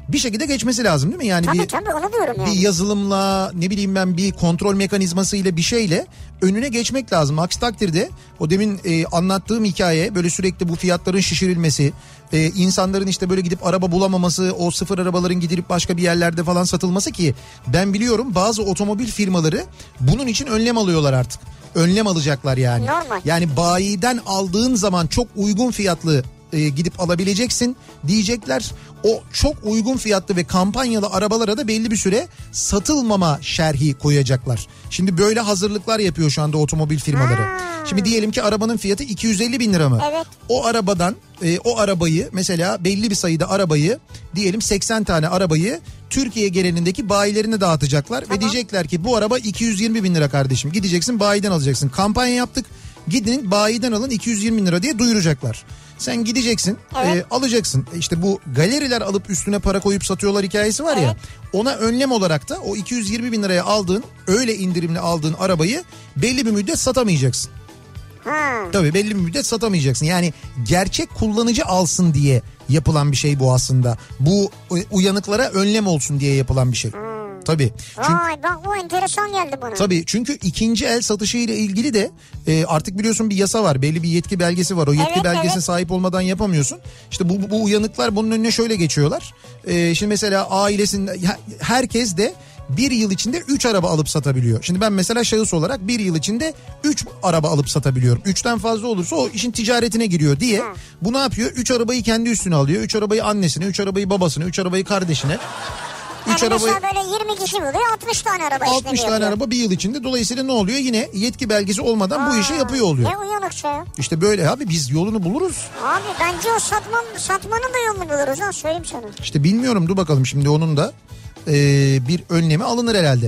bir şekilde geçmesi lazım değil mi? Yani tabii bir, tabii onu diyorum yani. Bir yazılımla ne bileyim ben bir kontrol mekanizmasıyla bir şeyle önüne geçmek lazım. Aksi takdirde o demin e, anlattığım hikaye böyle sürekli bu fiyatların şişirilmesi, e, insanların işte böyle gidip araba bulamaması, o sıfır arabaların gidilip başka bir yerlerde falan satılması ki ben biliyorum bazı otomobil firmaları bunun için önlem alıyorlar artık. Önlem alacaklar yani. Normal. Yani bayiden aldığın zaman çok uygun fiyatlı e, gidip alabileceksin diyecekler. O çok uygun fiyatlı ve kampanyalı arabalara da belli bir süre satılmama şerhi koyacaklar. Şimdi böyle hazırlıklar yapıyor şu anda otomobil firmaları. Ha. Şimdi diyelim ki arabanın fiyatı iki yüz elli bin lira mı? Evet. O arabadan e, o arabayı mesela belli bir sayıda arabayı diyelim seksen tane arabayı Türkiye genelindeki bayilerine dağıtacaklar. Tamam. Ve diyecekler ki bu araba iki yüz yirmi bin lira kardeşim, gideceksin bayiden alacaksın. Kampanya yaptık, gidin bayiden alın iki yüz yirmi bin lira diye duyuracaklar. Sen gideceksin, evet. e, alacaksın. İşte bu galeriler alıp üstüne para koyup satıyorlar hikayesi var evet. ya. Ona önlem olarak da o iki yüz yirmi bin liraya aldığın, öyle indirimli aldığın arabayı belli bir müddet satamayacaksın. Ha. Tabii belli bir müddet satamayacaksın. Yani gerçek kullanıcı alsın diye yapılan bir şey bu aslında. Bu uyanıklara önlem olsun diye yapılan bir şey. Hmm. Tabii. Çünkü, Vay bak bu enteresan geldi bana. Tabii çünkü ikinci el satışı ile ilgili de e, artık biliyorsun bir yasa var. Belli bir yetki belgesi var. O yetki evet, belgesine evet. sahip olmadan yapamıyorsun. İşte bu, bu uyanıklar bunun önüne şöyle geçiyorlar. E, şimdi mesela ailesinde herkes de bir yıl içinde üç araba alıp satabiliyor. Şimdi ben mesela şahıs olarak bir yıl içinde üç araba alıp satabiliyorum. üçten fazla olursa o işin ticaretine giriyor diye. Hı. Bu ne yapıyor? üç arabayı kendi üstüne alıyor. üç arabayı annesine, üç arabayı babasına, üç arabayı kardeşine. Yani mesela arabayı, böyle yirmi kişi buluyor, altmış tane araba işte. altmış tane araba bir yıl içinde. Dolayısıyla ne oluyor? Yine yetki belgesi olmadan Aa, bu işi yapıyor oluyor. Ne uyanıkça ya. İşte böyle abi, biz yolunu buluruz. Abi bence o satman, satmanın da yolunu buluruz ha, söyleyeyim sana. İşte bilmiyorum, dur bakalım şimdi onun da e, bir önlemi alınır herhalde.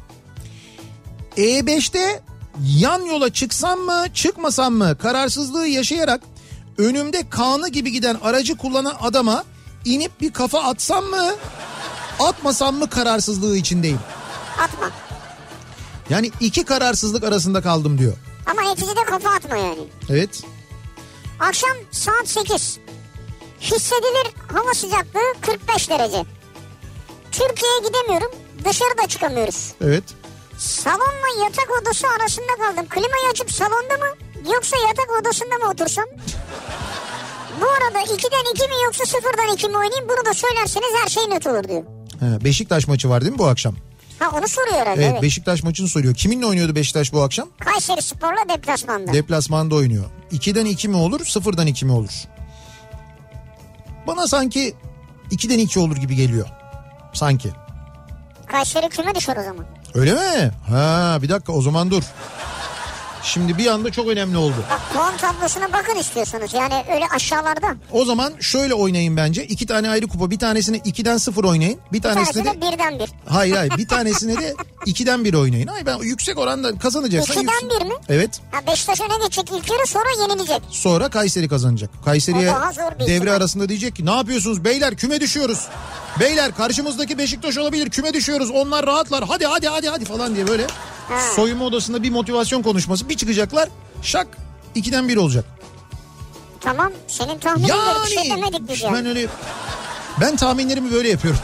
E beşte yan yola çıksam mı çıkmasam mı kararsızlığı yaşayarak önümde kanı gibi giden aracı kullanan adama inip bir kafa atsam mı atmasam mı kararsızlığı içindeyim. Atma. Yani iki kararsızlık arasında kaldım diyor. Ama neticede kafa atma yani. Evet. Akşam saat sekiz. Hissedilir hava sıcaklığı kırk beş derece. Türkiye'ye gidemiyorum, dışarıda çıkamıyoruz. Evet. Salonla yatak odası arasında kaldım. Klimayı açıp salonda mı yoksa yatak odasında mı otursam? Bu arada ikiden iki mi yoksa sıfırdan iki mi oynayayım, bunu da söylerseniz her şey net olur diyor. He, Beşiktaş maçı var değil mi bu akşam? Ha onu soruyor herhalde. Evet, evet. Beşiktaş maçını soruyor. Kiminle oynuyordu Beşiktaş bu akşam? Kayseri Spor'la deplasmanda. Deplasmanda oynuyor. ikiden iki mi olur, sıfırdan iki mi olur? Bana sanki ikiden iki olur gibi geliyor. Sanki. Kayseri küme düşer o zaman. Öyle mi? Ha, bir dakika o zaman dur. Şimdi bir anda çok önemli oldu. Bak puan tablosuna bakın istiyorsanız, yani öyle aşağılarda. O zaman şöyle oynayın bence. İki tane ayrı kupa, bir tanesini ikiden sıfır oynayın. Bir, bir tanesine de birden bir. Hayır hayır bir tanesine de ikiden bir oynayın. Hayır, ben yüksek oranda kazanacaksan. İkiden yüksek... bir mi? Evet. Ha, Beşiktaş öne geçecek ilk yarı, sonra yenilecek. Sonra Kayseri kazanacak. Kayseri'ye devre ihtimal. arasında diyecek ki ne yapıyorsunuz beyler, küme düşüyoruz. Beyler karşımızdaki Beşiktaş olabilir, küme düşüyoruz, onlar rahatlar, hadi hadi hadi hadi falan diye böyle ha. soyunma odasında bir motivasyon konuşması, bir çıkacaklar şak ikiden bir olacak. Tamam, senin tahminin yani, bir şey demedik biz yani. Ben öyle ben tahminlerimi böyle yapıyorum.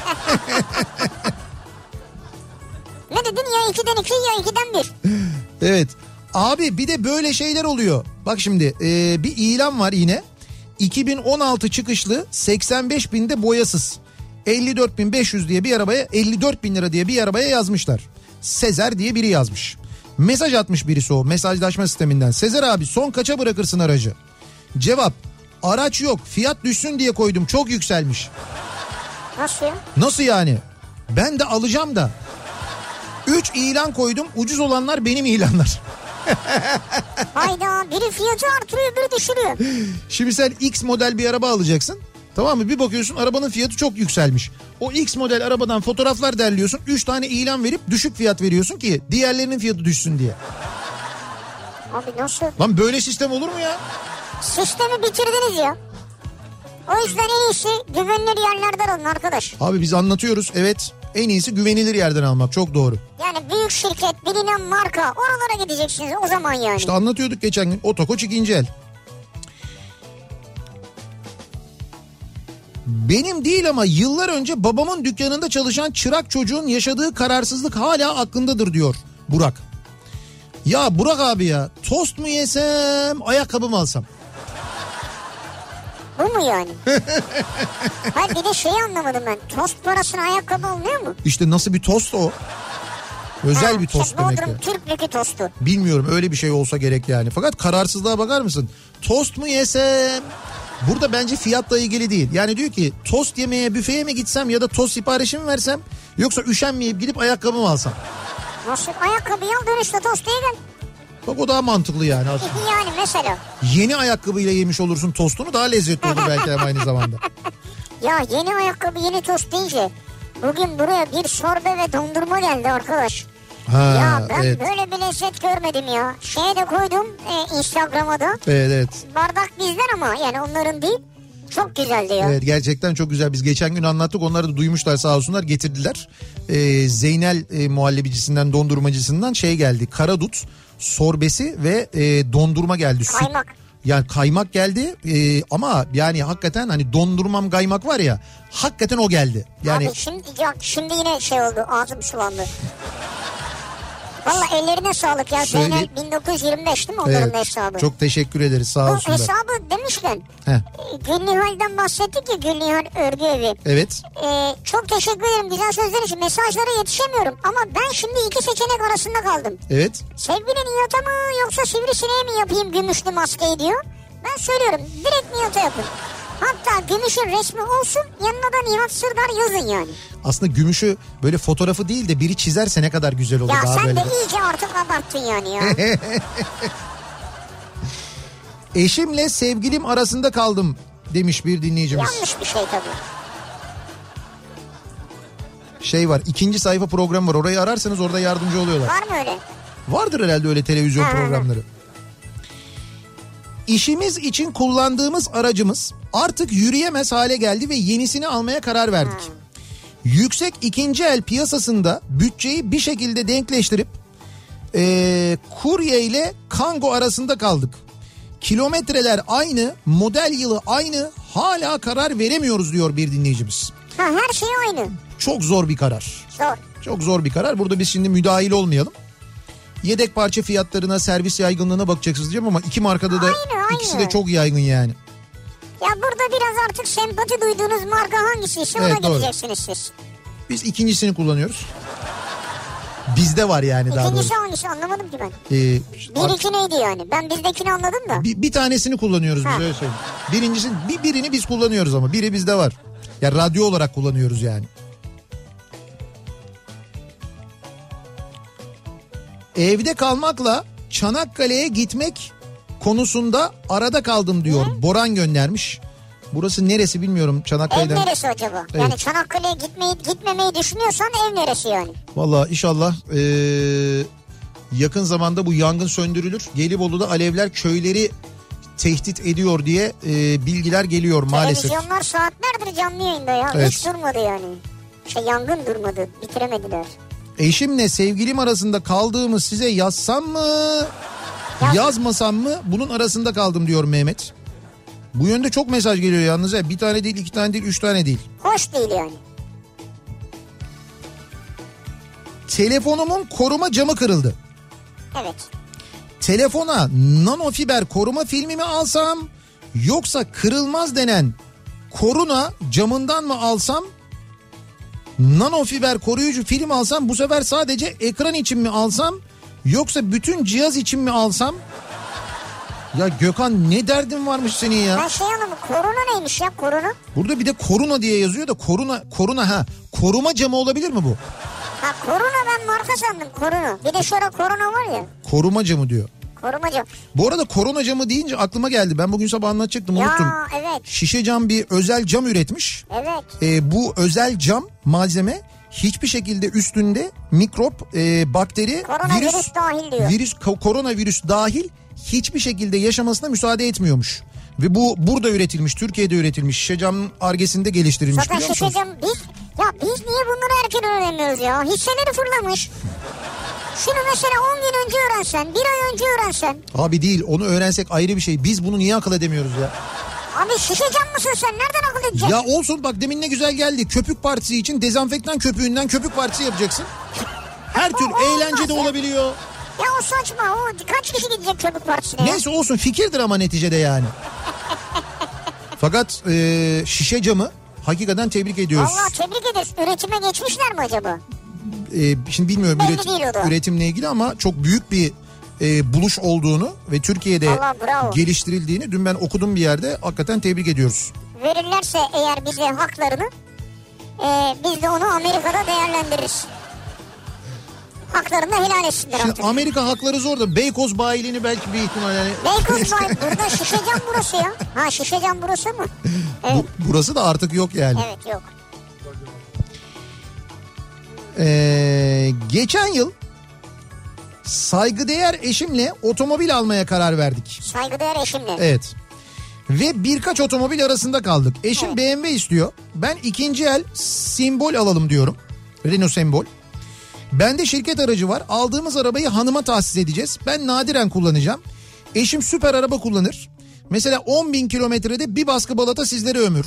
Ne dedin, ya ikiden iki ya ikiden bir. Evet abi, bir de böyle şeyler oluyor. Bak şimdi e, bir ilan var yine. iki bin on altı çıkışlı seksen beş binde boyasız. elli dört bin beş yüz diye bir arabaya, elli dört bin lira diye bir arabaya yazmışlar. Sezer diye biri yazmış. Mesaj atmış birisi o mesajlaşma sisteminden. Sezer abi son kaça bırakırsın aracı? Cevap: araç yok, fiyat düşsün diye koydum, çok yükselmiş. Nasıl ya? Nasıl yani? Ben de alacağım da. üç ilan koydum, ucuz olanlar benim ilanlar. Hayda, biri fiyatı artırıyor, biri düşürüyor. Şimdi sen X model bir araba alacaksın. Tamam mı? Bir bakıyorsun arabanın fiyatı çok yükselmiş. O X model arabadan fotoğraflar derliyorsun. üç tane ilan verip düşük fiyat veriyorsun ki diğerlerinin fiyatı düşsün diye. Abi nasıl? Lan böyle sistem olur mu ya? Sistemi bitirdiniz ya. O yüzden en iyisi güvenilir yerlerden alın arkadaş. Abi biz anlatıyoruz, evet. En iyisi güvenilir yerden almak, çok doğru. Yani büyük şirket, bilinen marka, oralara gideceksiniz o zaman yani. İşte anlatıyorduk geçen gün. Otokoç ikinci el. Benim değil ama yıllar önce babamın dükkanında çalışan çırak çocuğun yaşadığı kararsızlık hala aklımdadır diyor Burak. Ya Burak abi ya, tost mu yesem, ayakkabı mı alsam? Bu mu yani? Hayır, bir de şeyi anlamadım ben. Tost parasına ayakkabı alınıyor mu? İşte nasıl bir tost o? Özel ha, bir tost işte demek Bodrum ya. Türk'lüki tostu. Bilmiyorum, öyle bir şey olsa gerek yani. Fakat kararsızlığa bakar mısın? Tost mu yesem? Burada bence fiyatla ilgili değil. Yani diyor ki tost yemeye büfeye mi gitsem ya da tost siparişi mi versem, yoksa üşenmeyip gidip ayakkabı mı alsam? Nasıl ayakkabıyı al, dönüşte tost ye gel. Bak o daha mantıklı yani aslında. Yani mesela. Yeni ayakkabıyla yemiş olursun tostunu, daha lezzetli olur belki ama aynı zamanda. Ya yeni ayakkabı yeni tost deyince bugün buraya bir sorbe ve dondurma geldi arkadaş. Ha, ya ben evet. böyle bir lezzet görmedim ya. Şeye de koydum e, Instagram'a da. Evet evet. Bardak bizden ama yani onların değil. Çok güzeldi ya. Evet, gerçekten çok güzel. Biz geçen gün anlattık, onları da duymuşlar sağ olsunlar, getirdiler. Ee, Zeynel e, muhallebicisinden, dondurmacısından şey geldi. Karadut sorbesi ve e, dondurma geldi. Süt, Kaymak. yani kaymak geldi e, ama yani hakikaten hani dondurmam kaymak var ya, hakikaten o geldi. Yani Abi şimdi, ya, şimdi yine şey oldu, ağzım sulandı. Valla ellerine sağlık ya. Söyle... Zeynel bin dokuz yüz yirmi beş değil mi onların evet, da hesabı? çok teşekkür ederiz, sağ Bu olsunlar. hesabı demişken Heh. Gülnihal'den bahsettik ya, Gülnihal Örgü Evi. Evet. Ee, çok teşekkür ederim güzel sözler için. Mesajlara yetişemiyorum ama ben şimdi iki seçenek arasında kaldım. Evet. Sevgili Nihat'a mı yoksa Sivrisineğe mi yapayım gümüşlü maskeyi diyor. Ben söylüyorum direkt Nihat'a yapın. Hatta gümüşün resmi olsun, yanına da Nihat Sırdar yazın yani. Aslında gümüşü böyle fotoğrafı değil de biri çizerse ne kadar güzel olur. Ya daha sen böyle. de iyice artık abarttın yani ya. Eşimle sevgilim arasında kaldım demiş bir dinleyicimiz. Yanlış bir şey tabii. Şey var, ikinci sayfa programı var, orayı ararsanız orada yardımcı oluyorlar. Var mı öyle? Vardır herhalde öyle televizyon Ha, programları. İşimiz için kullandığımız aracımız artık yürüyemez hale geldi ve yenisini almaya karar verdik. Ha. Yüksek ikinci el piyasasında bütçeyi bir şekilde denkleştirip ee, kurye ile Kango arasında kaldık. Kilometreler aynı, model yılı aynı, hala karar veremiyoruz diyor bir dinleyicimiz. Ha, her şey aynı. Çok zor bir karar. Zor. Çok zor bir karar. Burada biz şimdi müdahil olmayalım. Yedek parça fiyatlarına, servis yaygınlığına bakacaksınız diyeceğim ama iki markada da Aynı, aynı. ikisi de çok yaygın yani. Ya burada biraz artık sempati duyduğunuz marka hangisiyse Evet, ona doğru. gideceksiniz siz. Biz ikincisini kullanıyoruz. Bizde var yani daha İkincisi doğrusu. hangisi anlamadım ki ben. Ee, Bir iki neydi yani? Ben bizdekini anladım da. bir, bir tanesini kullanıyoruz biz, Ha. öyle söyleyeyim. Birincisi, bir, birini biz kullanıyoruz ama biri bizde var. Ya radyo olarak kullanıyoruz yani. Evde kalmakla Çanakkale'ye gitmek konusunda arada kaldım diyor. Hı? Boran göndermiş. Burası neresi bilmiyorum Çanakkale'den. Ev neresi acaba? Evet. Yani Çanakkale'ye gitmeyi, gitmemeyi düşünüyorsan ev neresi yani? Vallahi inşallah ee, yakın zamanda bu yangın söndürülür. Gelibolu'da alevler köyleri tehdit ediyor diye ee, bilgiler geliyor maalesef. Televizyonlar saatlerdir canlı yayında ya. Evet. Hiç durmadı yani. Şey, yangın durmadı. Bitiremediler. Eşimle sevgilim arasında kaldığımı size yazsam mı? Yaz. Yazmasam mı? Bunun arasında kaldım diyor Mehmet. Bu yönde çok mesaj geliyor yalnız. Ya. Bir tane değil, iki tane değil, üç tane değil. Hoş değil yani. Telefonumun koruma camı kırıldı. Evet. Telefona nanofiber koruma filmi mi alsam, yoksa kırılmaz denen koruna camından mı alsam? Nanofiber koruyucu film alsam, bu sefer sadece ekran için mi alsam, yoksa bütün cihaz için mi alsam? Ya Gökhan, ne derdin varmış senin ya? Ben şey anlamadım. Korona neymiş ya, korona? Burada bir de koruna diye yazıyor da koruna koruna ha. Koruma camı olabilir mi bu? Ha, korona, ben marka sandım, korona. Bir de şöyle korona var ya. Koruma camı diyor. Koruma cam. Bu arada korona camı deyince aklıma geldi. Ben bugün sabah anlatacaktım, unuttum. Ya evet. Şişe cam bir özel cam üretmiş. Evet. Ee, bu özel cam malzeme hiçbir şekilde üstünde mikrop, e, bakteri, Koronavirüs virüs dahil diyor. Virüs, ko- koronavirüs dahil hiçbir şekilde yaşamasına müsaade etmiyormuş. Ve bu burada üretilmiş, Türkiye'de üretilmiş, şişe cam Ar-Ge'sinde geliştirilmiş, Zaten biliyor musunuz? şişe cam biz, ya biz niye bunları erken öğrenmiyoruz ya? Hisseleri fırlamış. Şunu mesela on gün önce öğrensen, bir ay önce öğrensen. Abi değil, onu öğrensek ayrı bir şey. Biz bunu niye akıl edemiyoruz ya? Abi şişe cam mısın sen? Nereden akıl edeceksin? Ya olsun bak demin ne güzel geldi. Köpük partisi için dezenfektan köpüğünden köpük partisi yapacaksın. Her tür o eğlence de ya. olabiliyor. Ya o saçma. O kaç kişi gidecek köpük partisine ya? Neyse olsun fikirdir ama neticede yani. Fakat e, şişe camı hakikaten tebrik ediyoruz. Vallahi tebrik ederiz. Üretime geçmişler mi acaba? E, şimdi bilmiyorum Belli üretim, değil o da. üretimle ilgili ama çok büyük bir e, buluş olduğunu ve Türkiye'de Vallahi bravo. geliştirildiğini dün ben okudum bir yerde, hakikaten tebrik ediyoruz. Verirlerse eğer bize haklarını e, biz de onu Amerika'da değerlendiririz. Haklarını da helal etsinler Şimdi artık. Amerika hakları zor da Beykoz bayiliğini belki bir ihtimal yani. Beykoz bayi burada şişe cam burası ya. Ha şişe cam burası mı? Evet. Bu, burası da artık yok yani. Evet yok. Ee, geçen yıl saygıdeğer eşimle otomobil almaya karar verdik. Saygıdeğer eşimle. Evet. Ve birkaç otomobil arasında kaldık. Eşim Evet. B M W istiyor. Ben ikinci el Symbol alalım diyorum. Renault Symbol. Bende şirket aracı var. Aldığımız arabayı hanıma tahsis edeceğiz. Ben nadiren kullanacağım. Eşim süper araba kullanır. Mesela on bin kilometrede bir baskı balata sizlere ömür.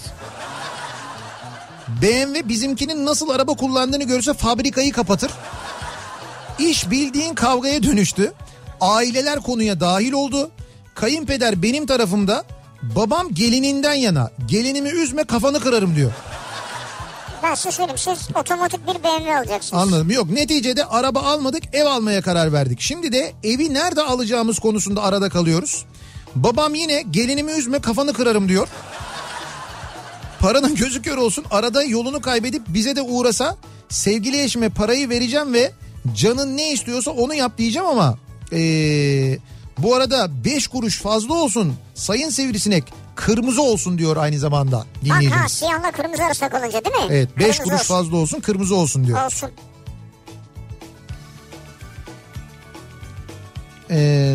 B M W bizimkinin nasıl araba kullandığını görse fabrikayı kapatır. İş bildiğin kavgaya dönüştü. Aileler konuya dahil oldu. Kayınpeder benim tarafımda, babam gelininden yana. Gelinimi üzme kafanı kırarım diyor. Ben size söyleyeyim, siz otomatik bir B M W alacaksınız. Anladım. Yok, neticede araba almadık, ev almaya karar verdik. Şimdi de evi nerede alacağımız konusunda arada kalıyoruz. Babam yine gelinimi üzme kafanı kırarım diyor. Paranın gözü kör olsun, arada yolunu kaybedip bize de uğrasa sevgili eşime parayı vereceğim ve canın ne istiyorsa onu yap diyeceğim ama ee, bu arada beş kuruş fazla olsun sayın sivrisinek, kırmızı olsun diyor aynı zamanda dinleyicimiz. Bak ha, siyahla kırmızı arasında kalınca değil mi? Evet, beş Kırmızı kuruş olsun. fazla olsun, kırmızı olsun diyor. Olsun. Ee,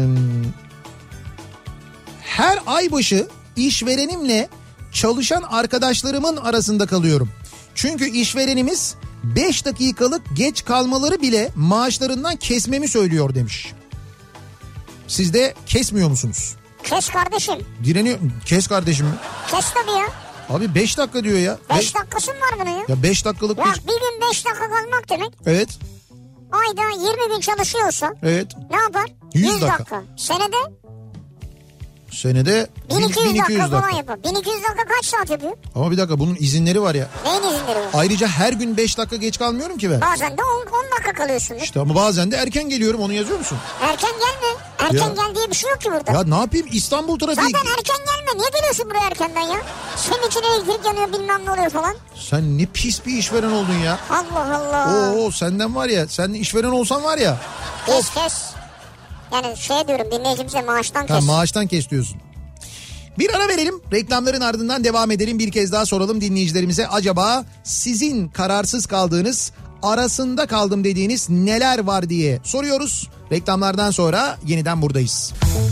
her ay başı işverenimle çalışan arkadaşlarımın arasında kalıyorum. Çünkü işverenimiz beş dakikalık geç kalmaları bile maaşlarından kesmemi söylüyor demiş. Siz de kesmiyor musunuz? Kes kardeşim. Direniyor. Kes kardeşim mi? Kes tabii ya. Abi beş dakika diyor ya. beş dakikası mı var bunun ya? Ya beş dakikalık Ya bir... bir gün beş dakika kalmak demek. Evet. Ayda yirmi gün çalışıyorsa Evet. ne yapar? yüz dakika. Senede Senede bin iki yüz bin iki yüz dakika falan dakika. yapar. bin iki yüz dakika kaç saat yapıyor? Ama bir dakika, bunun izinleri var ya. Neyin izinleri var? Ayrıca her gün beş dakika geç kalmıyorum ki ben. Bazen de on dakika kalıyorsun. İşte ama bazen de erken geliyorum, onu yazıyor musun? Erken gelme. Erken Ya. gel diye bir şey yok ki burada. Ya ne yapayım, İstanbul trafiği. Zaten erken gelme. Niye geliyorsun buraya erkenden ya? Senin için elektrik yanıyor, bilmem ne oluyor falan. Sen ne pis bir işveren oldun ya. Allah Allah. Oo, senden var ya, sen işveren olsan var ya. Kes Of. kes. Yani şey diyorum, dinleyicimize maaştan Ha, kes. maaştan kes diyorsun. Bir ara verelim, reklamların ardından devam edelim. Bir kez daha soralım dinleyicilerimize, acaba sizin kararsız kaldığınız, arasında kaldım dediğiniz neler var diye soruyoruz. Reklamlardan sonra yeniden buradayız.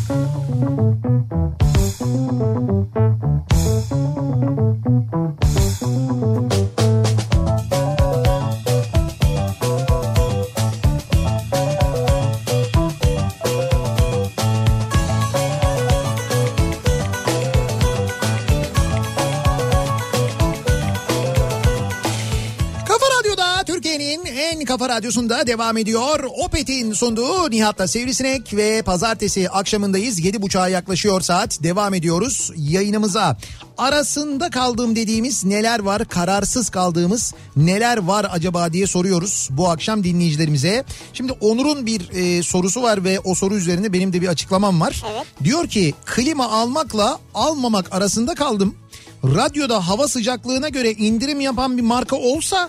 Kafa Radyosu'nda devam ediyor. Opet'in sunduğu Nihat'la Sivrisinek ve pazartesi akşamındayız. yedi buçuğa yaklaşıyor saat. Devam ediyoruz yayınımıza. Arasında kaldığım dediğimiz neler var? Kararsız kaldığımız neler var acaba diye soruyoruz bu akşam dinleyicilerimize. Şimdi Onur'un bir e, sorusu var ve o soru üzerine benim de bir açıklamam var. Evet. Diyor ki klima almakla almamak arasında kaldım. Radyoda hava sıcaklığına göre indirim yapan bir marka olsa...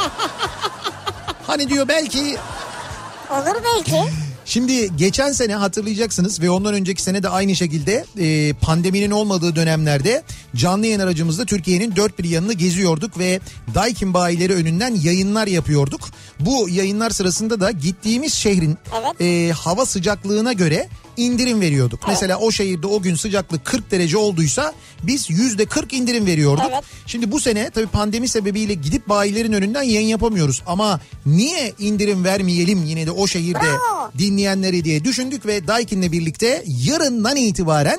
Hani diyor belki... Olur belki. Şimdi geçen sene hatırlayacaksınız ve ondan önceki sene de aynı şekilde e, pandeminin olmadığı dönemlerde canlı yayın aracımızda Türkiye'nin dört bir yanını geziyorduk ve Daikin bayileri önünden yayınlar yapıyorduk. Bu yayınlar sırasında da gittiğimiz şehrin evet. e, hava sıcaklığına göre indirim veriyorduk. Evet. Mesela o şehirde o gün sıcaklık kırk derece olduysa biz yüzde kırk indirim veriyorduk. Evet. Şimdi bu sene tabii pandemi sebebiyle gidip bayilerin önünden yayın yapamıyoruz. Ama niye indirim vermeyelim yine de o şehirde Bravo. dinleyenleri diye düşündük ve Daikin'le birlikte yarından itibaren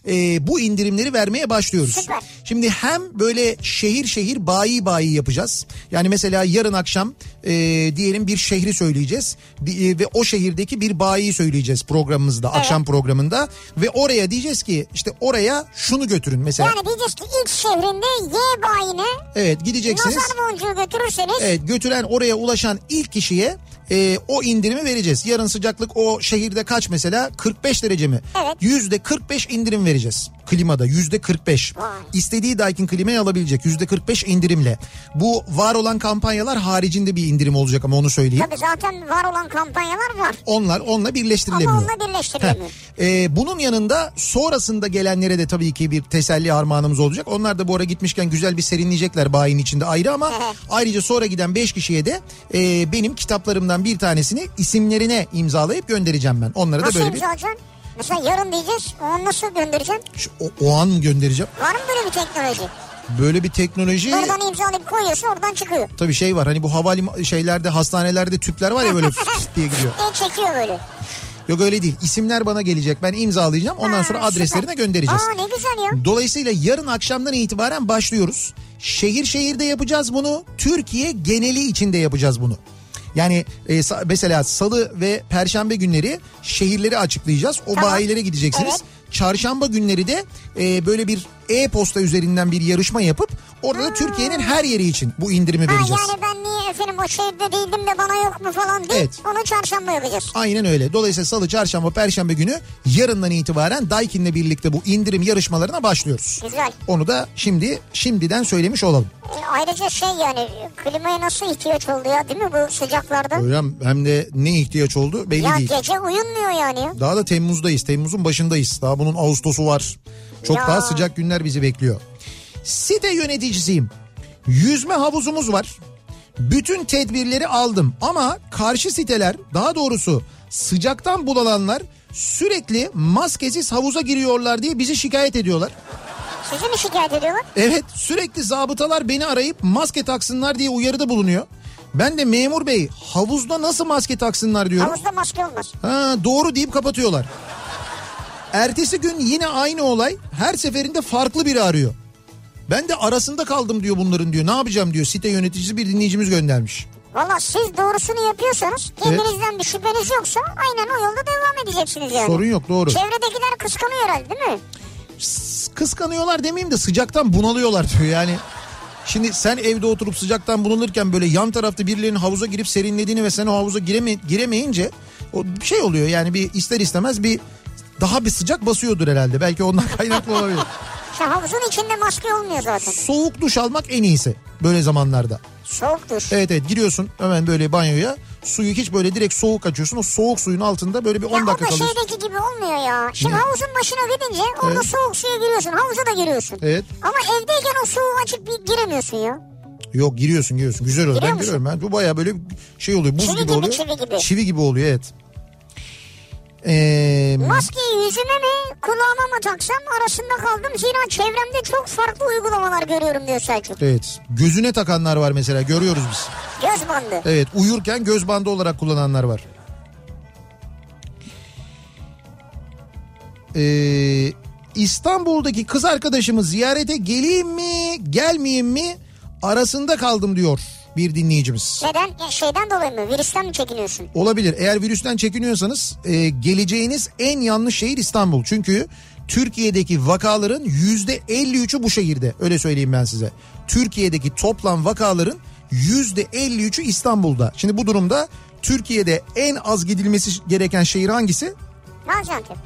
e, bu indirimleri vermeye başlıyoruz. Süper. Şimdi hem böyle şehir şehir bayi bayi yapacağız. Yani mesela yarın akşam e, diyelim bir şehri söyleyeceğiz. Bir, e, ve o şehirdeki bir bayiyi söyleyeceğiz programımızda, evet. akşam programında. Ve oraya diyeceğiz ki işte oraya şunu götürün mesela. Yani diyeceğiz ki ilk şehrinde Y bayine. Evet, gideceksiniz. Nazar boncuğu götürürseniz. Evet, götüren, oraya ulaşan ilk kişiye e, o indirimi vereceğiz. Yarın sıcaklık o şehirde kaç mesela? kırk beş derece mi? Evet. yüzde kırk beş indirim vereceğiz. Klimada yüzde kırk beş. Vay. İstediği Daikin klimayı alabilecek yüzde kırk beş indirimle. Bu var olan kampanyalar haricinde bir indirim olacak ama onu söyleyeyim. Tabii zaten var olan kampanyalar var. Onlar onunla birleştirilemiyor. Ama onunla birleştirilemiyor. Ee, bunun yanında sonrasında gelenlere de tabii ki bir teselli armağanımız olacak. Onlar da bu ara gitmişken güzel bir serinleyecekler bayinin içinde ayrı ama ayrıca sonra giden beş kişiye de e, benim kitaplarımdan bir tanesini isimlerine imzalayıp göndereceğim ben. Onlara Nasıl da böyle bir... imzalayacaksın? Mesela yarın diyeceğiz. O an nasıl göndereceksin? Şu, o, o an mı göndereceğim? Var mı böyle bir teknoloji? Böyle bir teknoloji... Buradan imzalayıp koyuyorsun, oradan çıkıyor. Tabii şey var, hani bu havalimanı şeylerde, hastanelerde tüpler var ya böyle diye gidiyor. E çekiyor böyle. Yok öyle değil. İsimler bana gelecek. Ben imzalayacağım. Ondan ha, sonra adreslerine süper. Göndereceğiz. Aa ne güzel ya. Dolayısıyla yarın akşamdan itibaren başlıyoruz. Şehir şehirde yapacağız bunu. Türkiye geneli içinde yapacağız bunu. Yani e, mesela salı ve perşembe günleri şehirleri açıklayacağız. O tamam. bayilere gideceksiniz. Evet. Çarşamba günleri de e, böyle bir e-posta üzerinden bir yarışma yapıp orada da Türkiye'nin her yeri için bu indirimi ha, vereceğiz. Yani ben niye efendim o şehirde değildim de bana yok mu falan değil. Evet. Onu çarşamba yapacağız. Aynen öyle. Dolayısıyla salı, çarşamba, perşembe günü yarından itibaren Daikin'le birlikte bu indirim yarışmalarına başlıyoruz. Güzel. Onu da şimdi şimdiden söylemiş olalım. E, ayrıca şey yani klimaya nasıl ihtiyaç oldu ya değil mi bu sıcaklarda? Öyle hem de ne ihtiyaç oldu belli ya değil. Ya gece uyunmuyor yani. Daha da Temmuz'dayız. Temmuz'un başındayız. Daha bunun Ağustos'u var. Çok ya. Daha sıcak günler bizi bekliyor. Site yöneticisiyim. Yüzme havuzumuz var. Bütün tedbirleri aldım ama karşı siteler, daha doğrusu sıcaktan bulananlar sürekli maskesiz havuza giriyorlar diye bizi şikayet ediyorlar. Sizi mi şikayet ediyorlar? Evet, sürekli zabıtalar beni arayıp maske taksınlar diye uyarıda bulunuyor. Ben de memur bey havuzda nasıl maske taksınlar diyorum. Havuzda maske olmaz. Ha, doğru deyip kapatıyorlar. Ertesi gün yine aynı olay, her seferinde farklı biri arıyor. Ben de arasında kaldım diyor bunların diyor. Ne yapacağım diyor, site yöneticisi bir dinleyicimiz göndermiş. Valla siz doğrusunu yapıyorsanız, kendinizden evet. bir şüpheniz yoksa aynen o yolda devam edeceksiniz yani. Sorun yok, doğru. Çevredekiler kıskanıyor herhalde değil mi? S- kıskanıyorlar demeyeyim de sıcaktan bunalıyorlar diyor yani. Şimdi sen evde oturup sıcaktan bunalırken böyle yan tarafta birilerinin havuza girip serinlediğini ve sen o havuza gireme, giremeyince o bir şey oluyor yani, bir ister istemez bir daha bir sıcak basıyordur herhalde. Belki ondan kaynaklı olabilir. İşte havuzun içinde maske olmuyor zaten. Soğuk duş almak en iyisi böyle zamanlarda. Soğuk duş. Evet evet, giriyorsun hemen böyle banyoya. Suyu hiç böyle direkt soğuk açıyorsun. O soğuk suyun altında böyle bir on ya dakika kalıyorsun. Ya o da şeydeki gibi olmuyor ya. Şimdi ne? Havuzun başına gidince orada evet. soğuk suya giriyorsun. Havuza da giriyorsun. Evet. Ama evdeyken o suyu açıp bir giremiyorsun ya. Yok, giriyorsun giriyorsun. Güzel oluyor. Ben giriyorum. Ben, bu baya böyle şey oluyor. Buz çivi gibi, gibi oluyor. Çivi gibi. Çivi gibi oluyor evet. Ee, Maskeyi yüzüme mi kulağıma mı taksam arasında kaldım. Zira çevremde çok farklı uygulamalar görüyorum diyor Selçuk. Evet. Gözüne takanlar var mesela, görüyoruz biz. Göz bandı. Evet, uyurken göz bandı olarak kullananlar var. Ee, İstanbul'daki kız arkadaşımı ziyarete geleyim mi gelmeyeyim mi arasında kaldım diyor bir dinleyicimiz. Neden? Ya şeyden dolayı mı? Virüsten mi çekiniyorsun? Olabilir. Eğer virüsten çekiniyorsanız e, geleceğiniz en yanlış şehir İstanbul. Çünkü Türkiye'deki vakaların yüzde elli üçü bu şehirde. Öyle söyleyeyim ben size. Türkiye'deki toplam vakaların yüzde elli üçü İstanbul'da. Şimdi bu durumda Türkiye'de en az gidilmesi gereken şehir hangisi? Gaziantep.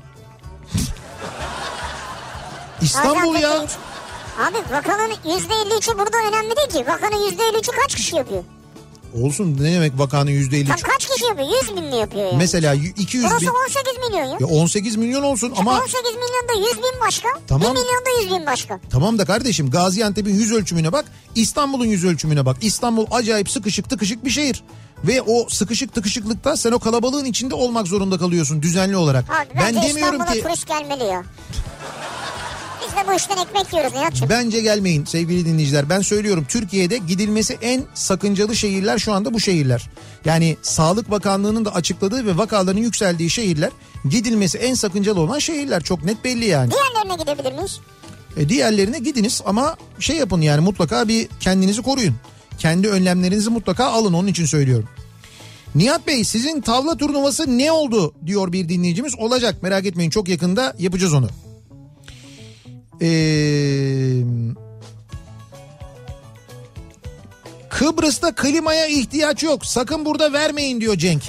İstanbul ya. Gaziantep. Abi vakanın yüzde elli üçü burada önemli değil ki. Vakanın yüzde elli üçü kaç kişi yapıyor? Olsun, ne demek vakanın yüzde elli üç? Tam kaç kişi yapıyor? yüz bin mi yapıyor yani? Mesela iki yüz Burası bin. on sekiz milyon ya. Ya on sekiz milyon olsun ama. on sekiz milyonda yüz bin başka. Tamam. bir milyonda yüz bin başka. Tamam da kardeşim, Gaziantep'in yüz ölçümüne bak. İstanbul'un yüz ölçümüne bak. İstanbul acayip sıkışık tıkışık bir şehir. Ve o sıkışık tıkışıklıkta sen o kalabalığın içinde olmak zorunda kalıyorsun düzenli olarak. Abi, ben demiyorum İstanbul'a ki. turist gelmeli ya. Biz de bu işten ekmek yiyoruz Nihat'cığım. Bence gelmeyin sevgili dinleyiciler. Ben söylüyorum, Türkiye'de gidilmesi en sakıncalı şehirler şu anda bu şehirler. Yani Sağlık Bakanlığı'nın da açıkladığı ve vakaların yükseldiği şehirler, gidilmesi en sakıncalı olan şehirler. Çok net belli yani. Diğerlerine gidebilir miyiz? E diğerlerine gidiniz ama şey yapın yani, mutlaka bir kendinizi koruyun. Kendi önlemlerinizi mutlaka alın, onun için söylüyorum. Nihat Bey, sizin tavla turnuvası ne oldu diyor bir dinleyicimiz. Olacak, merak etmeyin, çok yakında yapacağız onu. Ee, Kıbrıs'ta klimaya ihtiyaç yok, sakın burada vermeyin diyor Cenk.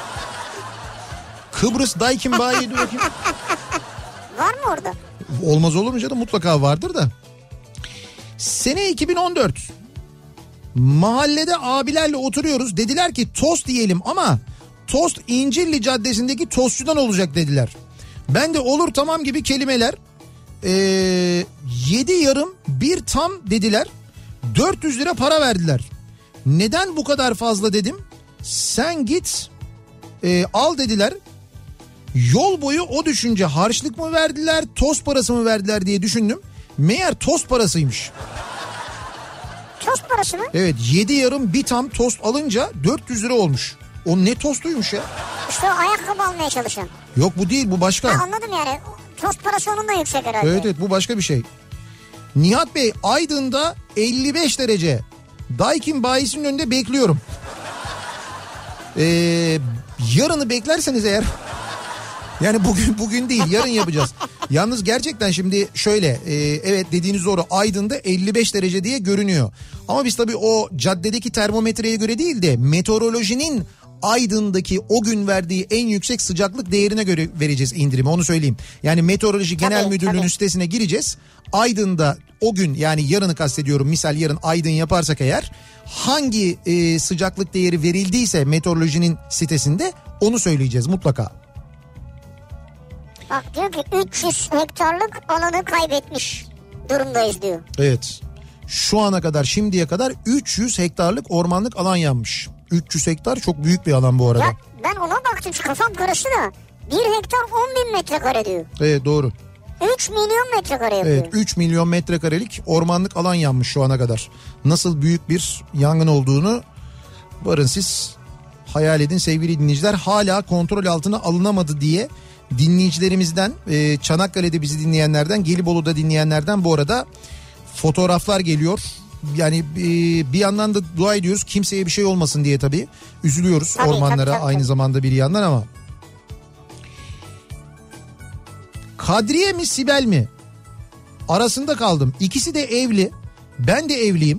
Kıbrıs Daikin Bayi diyor bakayım. Var mı orada? Olmaz olur mu canım, mutlaka vardır da. Sene iki bin on dört. Mahallede abilerle oturuyoruz. Dediler ki tost yiyelim ama tost İncirli Caddesi'ndeki tostçudan olacak dediler. Ben de olur tamam gibi kelimeler. Ee, yedi yarım bir tam dediler. dört yüz lira para verdiler. Neden bu kadar fazla dedim. Sen git e, al dediler. Yol boyu o düşünce harçlık mı verdiler, tost parası mı verdiler diye düşündüm. Meğer tost parasıymış. Tost parası mı? Evet, yedi yarım bir tam tost alınca dört yüz lira olmuş. O ne tostuymuş ya? İşte o ayakkabı almaya çalışan. Yok bu değil, bu başka. Ha, anladım yani. Tost parası onun da yüksek herhalde. Evet evet, bu başka bir şey. Nihat Bey, Aydın'da elli beş derece. Daikin bayisinin önünde bekliyorum. Ee, yarını beklerseniz eğer... Yani bugün bugün değil, yarın yapacağız. Yalnız gerçekten şimdi şöyle, e, evet dediğiniz doğru, Aydın'da elli beş derece diye görünüyor. Ama biz tabii o caddedeki termometreye göre değil de meteorolojinin Aydın'daki o gün verdiği en yüksek sıcaklık değerine göre vereceğiz indirimi, onu söyleyeyim. Yani Meteoroloji Genel tabii, Müdürlüğü'nün tabii. sitesine gireceğiz. Aydın'da o gün, yani yarını kastediyorum, misal yarın Aydın yaparsak eğer, hangi e, sıcaklık değeri verildiyse meteorolojinin sitesinde onu söyleyeceğiz mutlaka. Bak diyor ki üç yüz hektarlık alanı kaybetmiş durumdayız diyor. Evet. Şu ana kadar, şimdiye kadar üç yüz hektarlık ormanlık alan yanmış. üç yüz hektar çok büyük bir alan bu arada. Ya ben ona baktım, kafam karıştı da. bir hektar on bin metrekare diyor. Evet doğru. üç milyon metrekare yapıyor. Evet, üç milyon metrekarelik ormanlık alan yanmış şu ana kadar. Nasıl büyük bir yangın olduğunu varın siz hayal edin sevgili dinleyiciler. Hala kontrol altına alınamadı diye dinleyicilerimizden, e, Çanakkale'de bizi dinleyenlerden, Gelibolu'da dinleyenlerden bu arada fotoğraflar geliyor. Yani e, bir yandan da dua ediyoruz kimseye bir şey olmasın diye tabii. Üzülüyoruz tabii, ormanlara tabii, tabii. aynı zamanda bir yandan ama. Kadriye mi Sibel mi? Arasında kaldım. İkisi de evli. Ben de evliyim.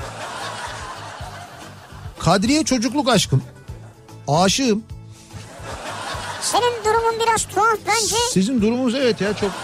Kadriye çocukluk aşkım. Aşığım. Senin durumun biraz tuhaf bence. Sizin durumunuz evet ya çok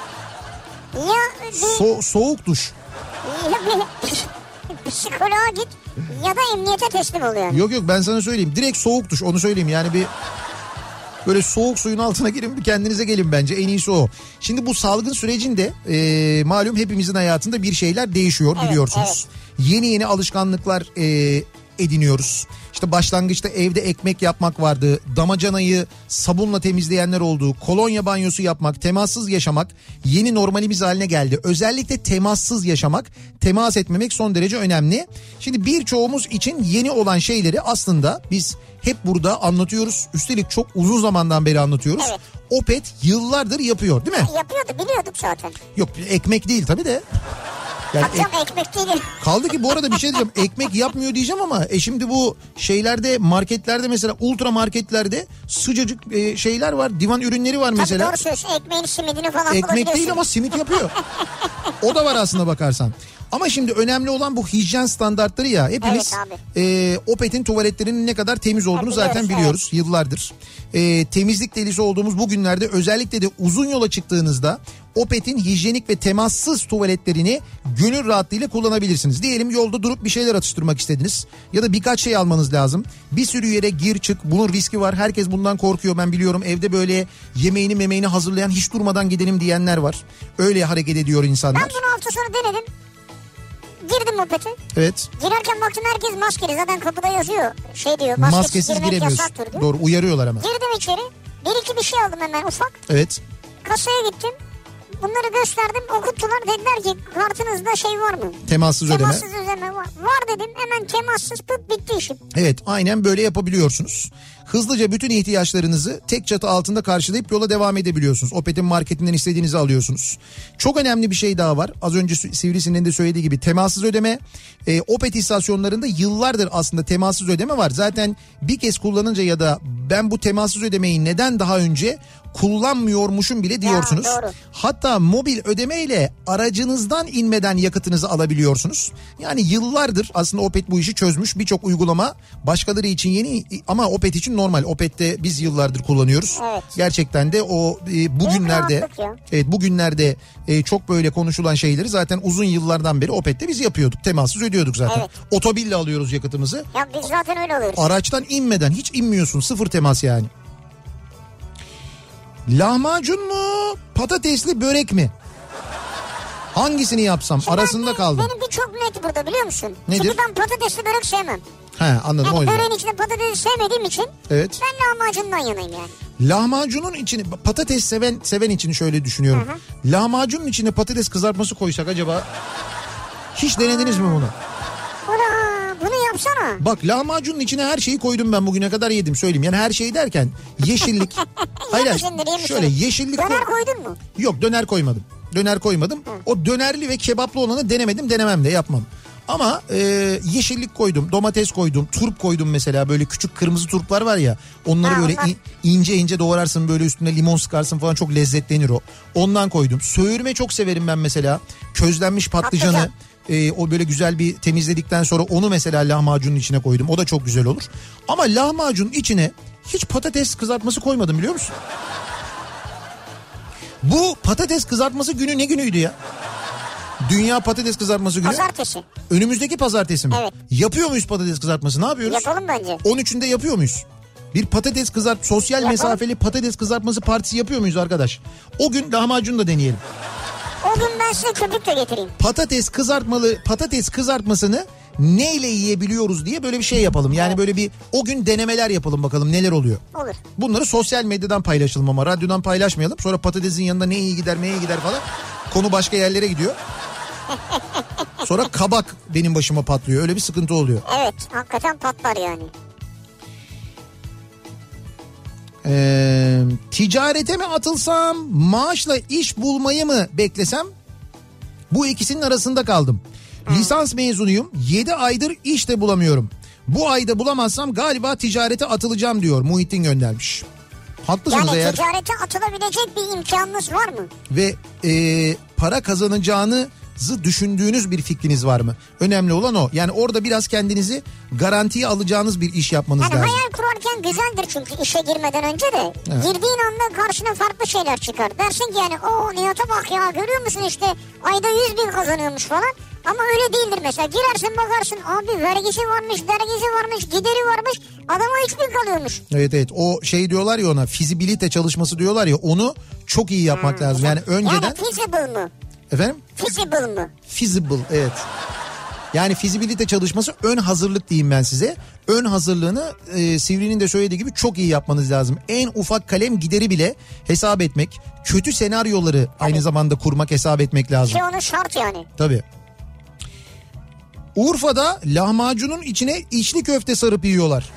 Ya bir, so- soğuk duş. ya bir psikoloğa git ya da emniyete teslim ol yani. Yok yok, ben sana söyleyeyim. Direkt soğuk duş, onu söyleyeyim. Yani bir böyle soğuk suyun altına girin, bir kendinize gelin, bence en iyisi o. Şimdi bu salgın sürecinde e, malum hepimizin hayatında bir şeyler değişiyor, evet, biliyorsunuz. Evet. Yeni yeni alışkanlıklar e, ediniyoruz. İşte başlangıçta evde ekmek yapmak vardı. Damacanayı sabunla temizleyenler oldu. Kolonya banyosu yapmak, temassız yaşamak yeni normalimiz haline geldi. Özellikle temassız yaşamak, temas etmemek son derece önemli. Şimdi birçoğumuz için yeni olan şeyleri aslında biz hep burada anlatıyoruz. Üstelik çok uzun zamandan beri anlatıyoruz. Evet. Opet yıllardır yapıyor değil mi? Yapıyordu, biliyorduk zaten. Yok, ekmek değil tabii de. Yani Akşam ek, ekmek değil. Kaldı ki bu arada bir şey diyeceğim. Ekmek yapmıyor diyeceğim ama e şimdi bu şeylerde, marketlerde mesela, ultra marketlerde sıcacık e, şeyler var. Divan ürünleri var mesela. Tabii doğru söylüyorsun. Ekmeğin simidini falan Ekmek değil ama simit yapıyor. O da var aslında bakarsan. Ama şimdi önemli olan bu hijyen standartları ya. Hepimiz evet, e, Opet'in tuvaletlerinin ne kadar temiz olduğunu biliyoruz, zaten biliyoruz evet. Yıllardır. E, temizlik delisi olduğumuz bu günlerde özellikle de uzun yola çıktığınızda Opet'in hijyenik ve temassız tuvaletlerini gönül rahatlığıyla kullanabilirsiniz. Diyelim yolda durup bir şeyler atıştırmak istediniz ya da birkaç şey almanız lazım. Bir sürü yere gir çık, bunun riski var. Herkes bundan korkuyor, ben biliyorum. Evde böyle yemeğini memeğini hazırlayan, hiç durmadan gidelim diyenler var. Öyle hareket ediyor insanlar. Ben bunu hafta sonu denedim. Girdim Opet'e. Evet. Girerken baktım herkes maskeli. Zaten kapıda yazıyor. Şey diyor, maskesiz, maskesiz girmek giremiyorsun. yasaktır diyor. Doğru, uyarıyorlar ama. Girdim içeri. Bir iki bir şey aldım hemen ufak. Evet. Kasaya gittim. bunları gösterdim, okuttular, dediler ki kartınızda şey var mı? Temassız ödeme. Temassız ödeme var. Var dedim, hemen temassız pıt bitti işim. Evet, aynen böyle yapabiliyorsunuz. Hızlıca bütün ihtiyaçlarınızı tek çatı altında karşılayıp yola devam edebiliyorsunuz. Opet'in marketinden istediğinizi alıyorsunuz. Çok önemli bir şey daha var. Az önce Sivrisineğin de söylediği gibi temassız ödeme. E, Opet istasyonlarında yıllardır aslında temassız ödeme var. Zaten bir kez kullanınca ya da ben bu temassız ödemeyi neden daha önce kullanmıyormuşum bile diyorsunuz. Ya, hatta mobil ödeme ile aracınızdan inmeden yakıtınızı alabiliyorsunuz. Yani yıllardır aslında Opet bu işi çözmüş. Birçok uygulama başkaları için yeni ama Opet için normal. Opet'te biz yıllardır kullanıyoruz. Evet. Gerçekten de o e, bugünlerde evet bugünlerde e, çok böyle konuşulan şeyleri zaten uzun yıllardan beri Opet'te biz yapıyorduk. Temassız ödüyorduk zaten. Evet. Otobille alıyoruz yakıtımızı. Ya biz zaten öyle alıyoruz. Araçtan inmeden hiç inmiyorsun. Sıfır temas yani. Lahmacun mu? Patatesli börek mi? Hangisini yapsam? Şimdi arasında ben, kaldım. Benimki çok net burada, biliyor musun? Nedir? Çünkü ben patatesli börek sevmem. He, anladım, yani o yüzden. böreğin içinde patatesi sevmediğim için evet. ben lahmacundan yanayım yani. Lahmacunun içine patates seven seven için şöyle düşünüyorum. Hı hı. Lahmacunun içine patates kızartması koysak acaba? Hiç denediniz mi bunu? Ula, bunu yapsana. Bak, lahmacunun içine her şeyi koydum ben bugüne kadar, yedim söyleyeyim. Yani her şey derken yeşillik. Hayır, şöyle yeşillik. Döner koydun mu? Yok, döner koymadım. Döner koymadım. Hı. O dönerli ve kebaplı olanı denemedim, denemem de yapmam. Ama e, yeşillik koydum, domates koydum, turp koydum mesela, böyle küçük kırmızı turplar var ya. Onları ha, böyle onlar... in, ince ince doğrarsın, böyle üstüne limon sıkarsın falan, çok lezzetlenir o. Ondan koydum. Söğürme çok severim ben mesela. Közlenmiş patlıcanı e, o böyle güzel bir temizledikten sonra onu mesela lahmacunun içine koydum. O da çok güzel olur. Ama lahmacunun içine hiç patates kızartması koymadım, biliyor musun? Bu patates kızartması günü ne günüydü ya? Dünya patates kızartması günü. Pazartesi. Önümüzdeki pazartesi mi? Evet. Yapıyor muyuz patates kızartması? Ne yapıyoruz? Yapalım bence. on üçünde yapıyor muyuz? Bir patates kızart, sosyal Yapalım. mesafeli patates kızartması partisi yapıyor muyuz arkadaş? O gün lahmacun da deneyelim. O gün ben size köpük de getireyim. Patates kızartmalı, patates kızartmasını neyle yiyebiliyoruz diye böyle bir şey yapalım. Yani evet. Böyle bir o gün denemeler yapalım, bakalım neler oluyor. Olur. Bunları sosyal medyadan paylaşalım ama radyodan paylaşmayalım. Sonra patatesin yanında ne iyi gider, ne iyi gider falan. Konu başka yerlere gidiyor. Sonra kabak benim başıma patlıyor. Öyle bir sıkıntı oluyor. Evet, hakikaten patlar yani. Ee, ticarete mi atılsam, maaşla iş bulmayı mı beklesem? Bu ikisinin arasında kaldım. Hmm. Lisans mezunuyum. yedi aydır iş de bulamıyorum. Bu ayda bulamazsam galiba ticarete atılacağım diyor. Muhittin göndermiş. Haklısınız yani eğer. ticarete atılabilecek bir imkanınız var mı? Ve e, para kazanacağınızı düşündüğünüz bir fikriniz var mı? Önemli olan o. Yani orada biraz kendinizi garantiye alacağınız bir iş yapmanız yani lazım. Hayal kurarken güzeldir çünkü işe girmeden önce de. Evet. Girdiğin anda karşına farklı şeyler çıkar. Dersin ki yani o Nihat'a bak ya, görüyor musun işte ayda yüz bin kazanıyormuş falan. Ama öyle değildir mesela. Girersin bakarsın abi vergisi varmış, dergisi varmış, gideri varmış. Adama üç bin kalıyormuş. Evet evet, o şey diyorlar ya ona, fizibilite çalışması diyorlar ya, onu çok iyi yapmak hmm, lazım. Yani önceden. Yani feasible mı? Efendim? Feasible mı? Feasible, evet. Yani fizibilite çalışması, ön hazırlık diyeyim ben size. Ön hazırlığını e, Sivri'nin de söylediği gibi çok iyi yapmanız lazım. En ufak kalem gideri bile hesap etmek, kötü senaryoları tabii. Aynı zamanda kurmak, hesap etmek lazım. Ki onu şart yani. Tabii. Urfa'da lahmacunun içine içli köfte sarıp yiyorlar.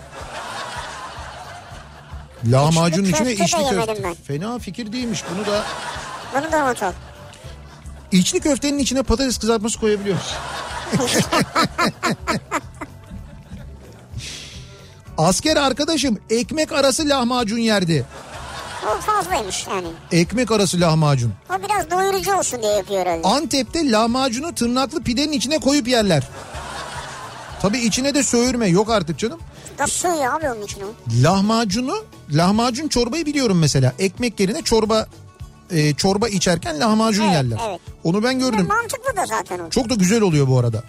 Lahmacunun içli içine içli köfte. Ben. Fena fikir değilmiş, bunu da. Bunu da not al. İçli köftenin içine patates kızartması koyabiliyoruz. Asker arkadaşım ekmek arası lahmacun yerdi. O fazlaymış yani. Ekmek arası lahmacun. O biraz doyurucu olsun diye yapıyor herhalde. Antep'te lahmacunu tırnaklı pidenin içine koyup yerler. Tabii içine de söğürme yok artık canım. Nasıl sığıyor abi onun içine? Lahmacunu, lahmacun çorbayı biliyorum mesela. Ekmek yerine çorba e, çorba içerken lahmacun evet, yerler. Evet. Onu ben gördüm. Ya mantıklı da zaten o. Çok da güzel oluyor bu arada.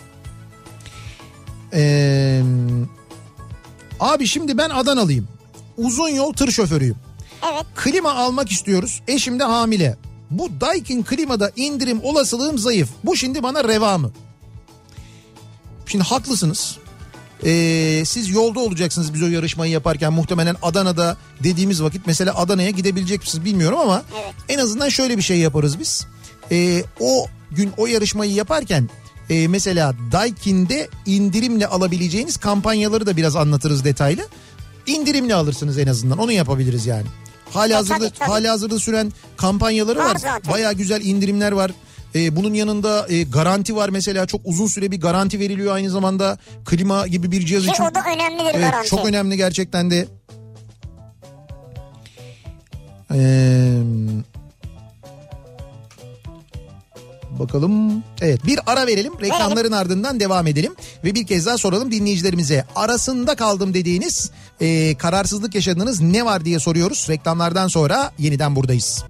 Ee, abi şimdi ben Adanalıyım. Uzun yol tır şoförüyüm. Evet. Klima almak istiyoruz. Eşim de hamile. Bu Daikin klimada indirim olasılığım zayıf. Bu şimdi bana reva mı? Şimdi haklısınız. Ee, siz yolda olacaksınız biz o yarışmayı yaparken, muhtemelen Adana'da dediğimiz vakit mesela Adana'ya gidebilecek misiniz bilmiyorum ama evet. En azından şöyle bir şey yaparız biz. Ee, o gün o yarışmayı yaparken e, mesela Daikin'de indirimle alabileceğiniz kampanyaları da biraz anlatırız detaylı. İndirimli alırsınız en azından, onu yapabiliriz yani. Hali hazırda, tabii, tabii. hali hazırda süren kampanyaları var. var. Bayağı güzel indirimler var. Ee, bunun yanında e, garanti var mesela, çok uzun süre bir garanti veriliyor aynı zamanda klima gibi bir cihaz Ki için. o da önemlidir, evet, garanti. Çok önemli gerçekten de. Ee, bakalım. Evet, bir ara verelim, reklamların ardından devam edelim ve bir kez daha soralım dinleyicilerimize. Arasında kaldım dediğiniz, e, kararsızlık yaşadığınız ne var diye soruyoruz. Reklamlardan sonra yeniden buradayız.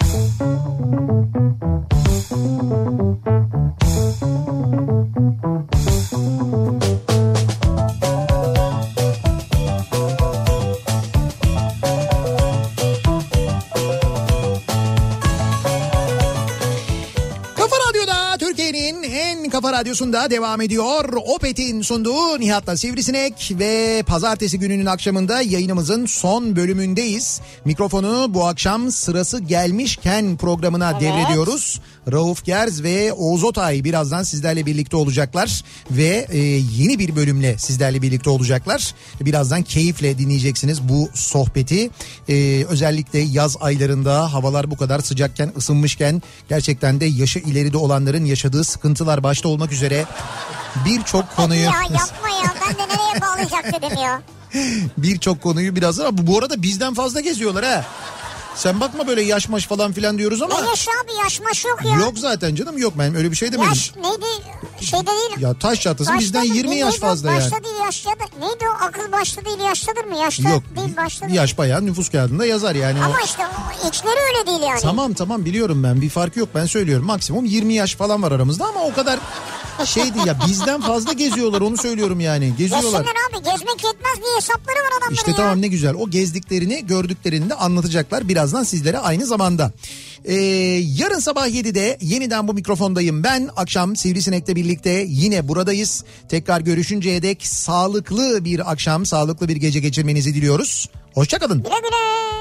Kafa Radyosu'nda devam ediyor. Opet'in sunduğu Nihat'la Sivrisinek ve pazartesi gününün akşamında yayınımızın son bölümündeyiz. Mikrofonu bu akşam sırası gelmişken programına evet. devrediyoruz. Rauf Gerz ve Oğuz Otay birazdan sizlerle birlikte olacaklar ve e, yeni bir bölümle sizlerle birlikte olacaklar. Birazdan keyifle dinleyeceksiniz bu sohbeti. E, özellikle yaz aylarında havalar bu kadar sıcakken, ısınmışken gerçekten de yaşı ileride olanların yaşadığı sıkıntılar başta olmak üzere birçok konuyu... Ya yapma ya, ben de nereye bağlayacak dedim ya. Birçok konuyu birazdan, ama bu arada bizden fazla geziyorlar ha. Sen bakma böyle yaş maş falan filan diyoruz ama. Ne yaş abi, yaş maş yok ya. Yok zaten canım, yok, ben öyle bir şey demedim. Yaş neydi şeyde değil. Ya taş çatlasın bizden yirmi yaş fazla başta yani. Başta değil yaş ya da neydi o, akıl başta değil yaştadır mı? Yaşta yok, değil başta değil. Yaş bayağı nüfus kağıdında yazar yani. Ama o... işte o içleri öyle değil yani. Tamam tamam biliyorum ben, bir fark yok, ben söylüyorum maksimum yirmi yaş falan var aramızda ama o kadar şeydi ya, bizden fazla geziyorlar, onu söylüyorum yani, geziyorlar. Yesinler abi, gezmek yetmez diye hesapları var adamların İşte ya. tamam, ne güzel, o gezdiklerini gördüklerini de anlatacaklar birazdan sizlere aynı zamanda. Ee, yarın sabah yedide yeniden bu mikrofondayım ben, akşam Sivrisinek'le birlikte yine buradayız. Tekrar görüşünceye dek sağlıklı bir akşam, sağlıklı bir gece geçirmenizi diliyoruz. Hoşça kalın. Güle güle.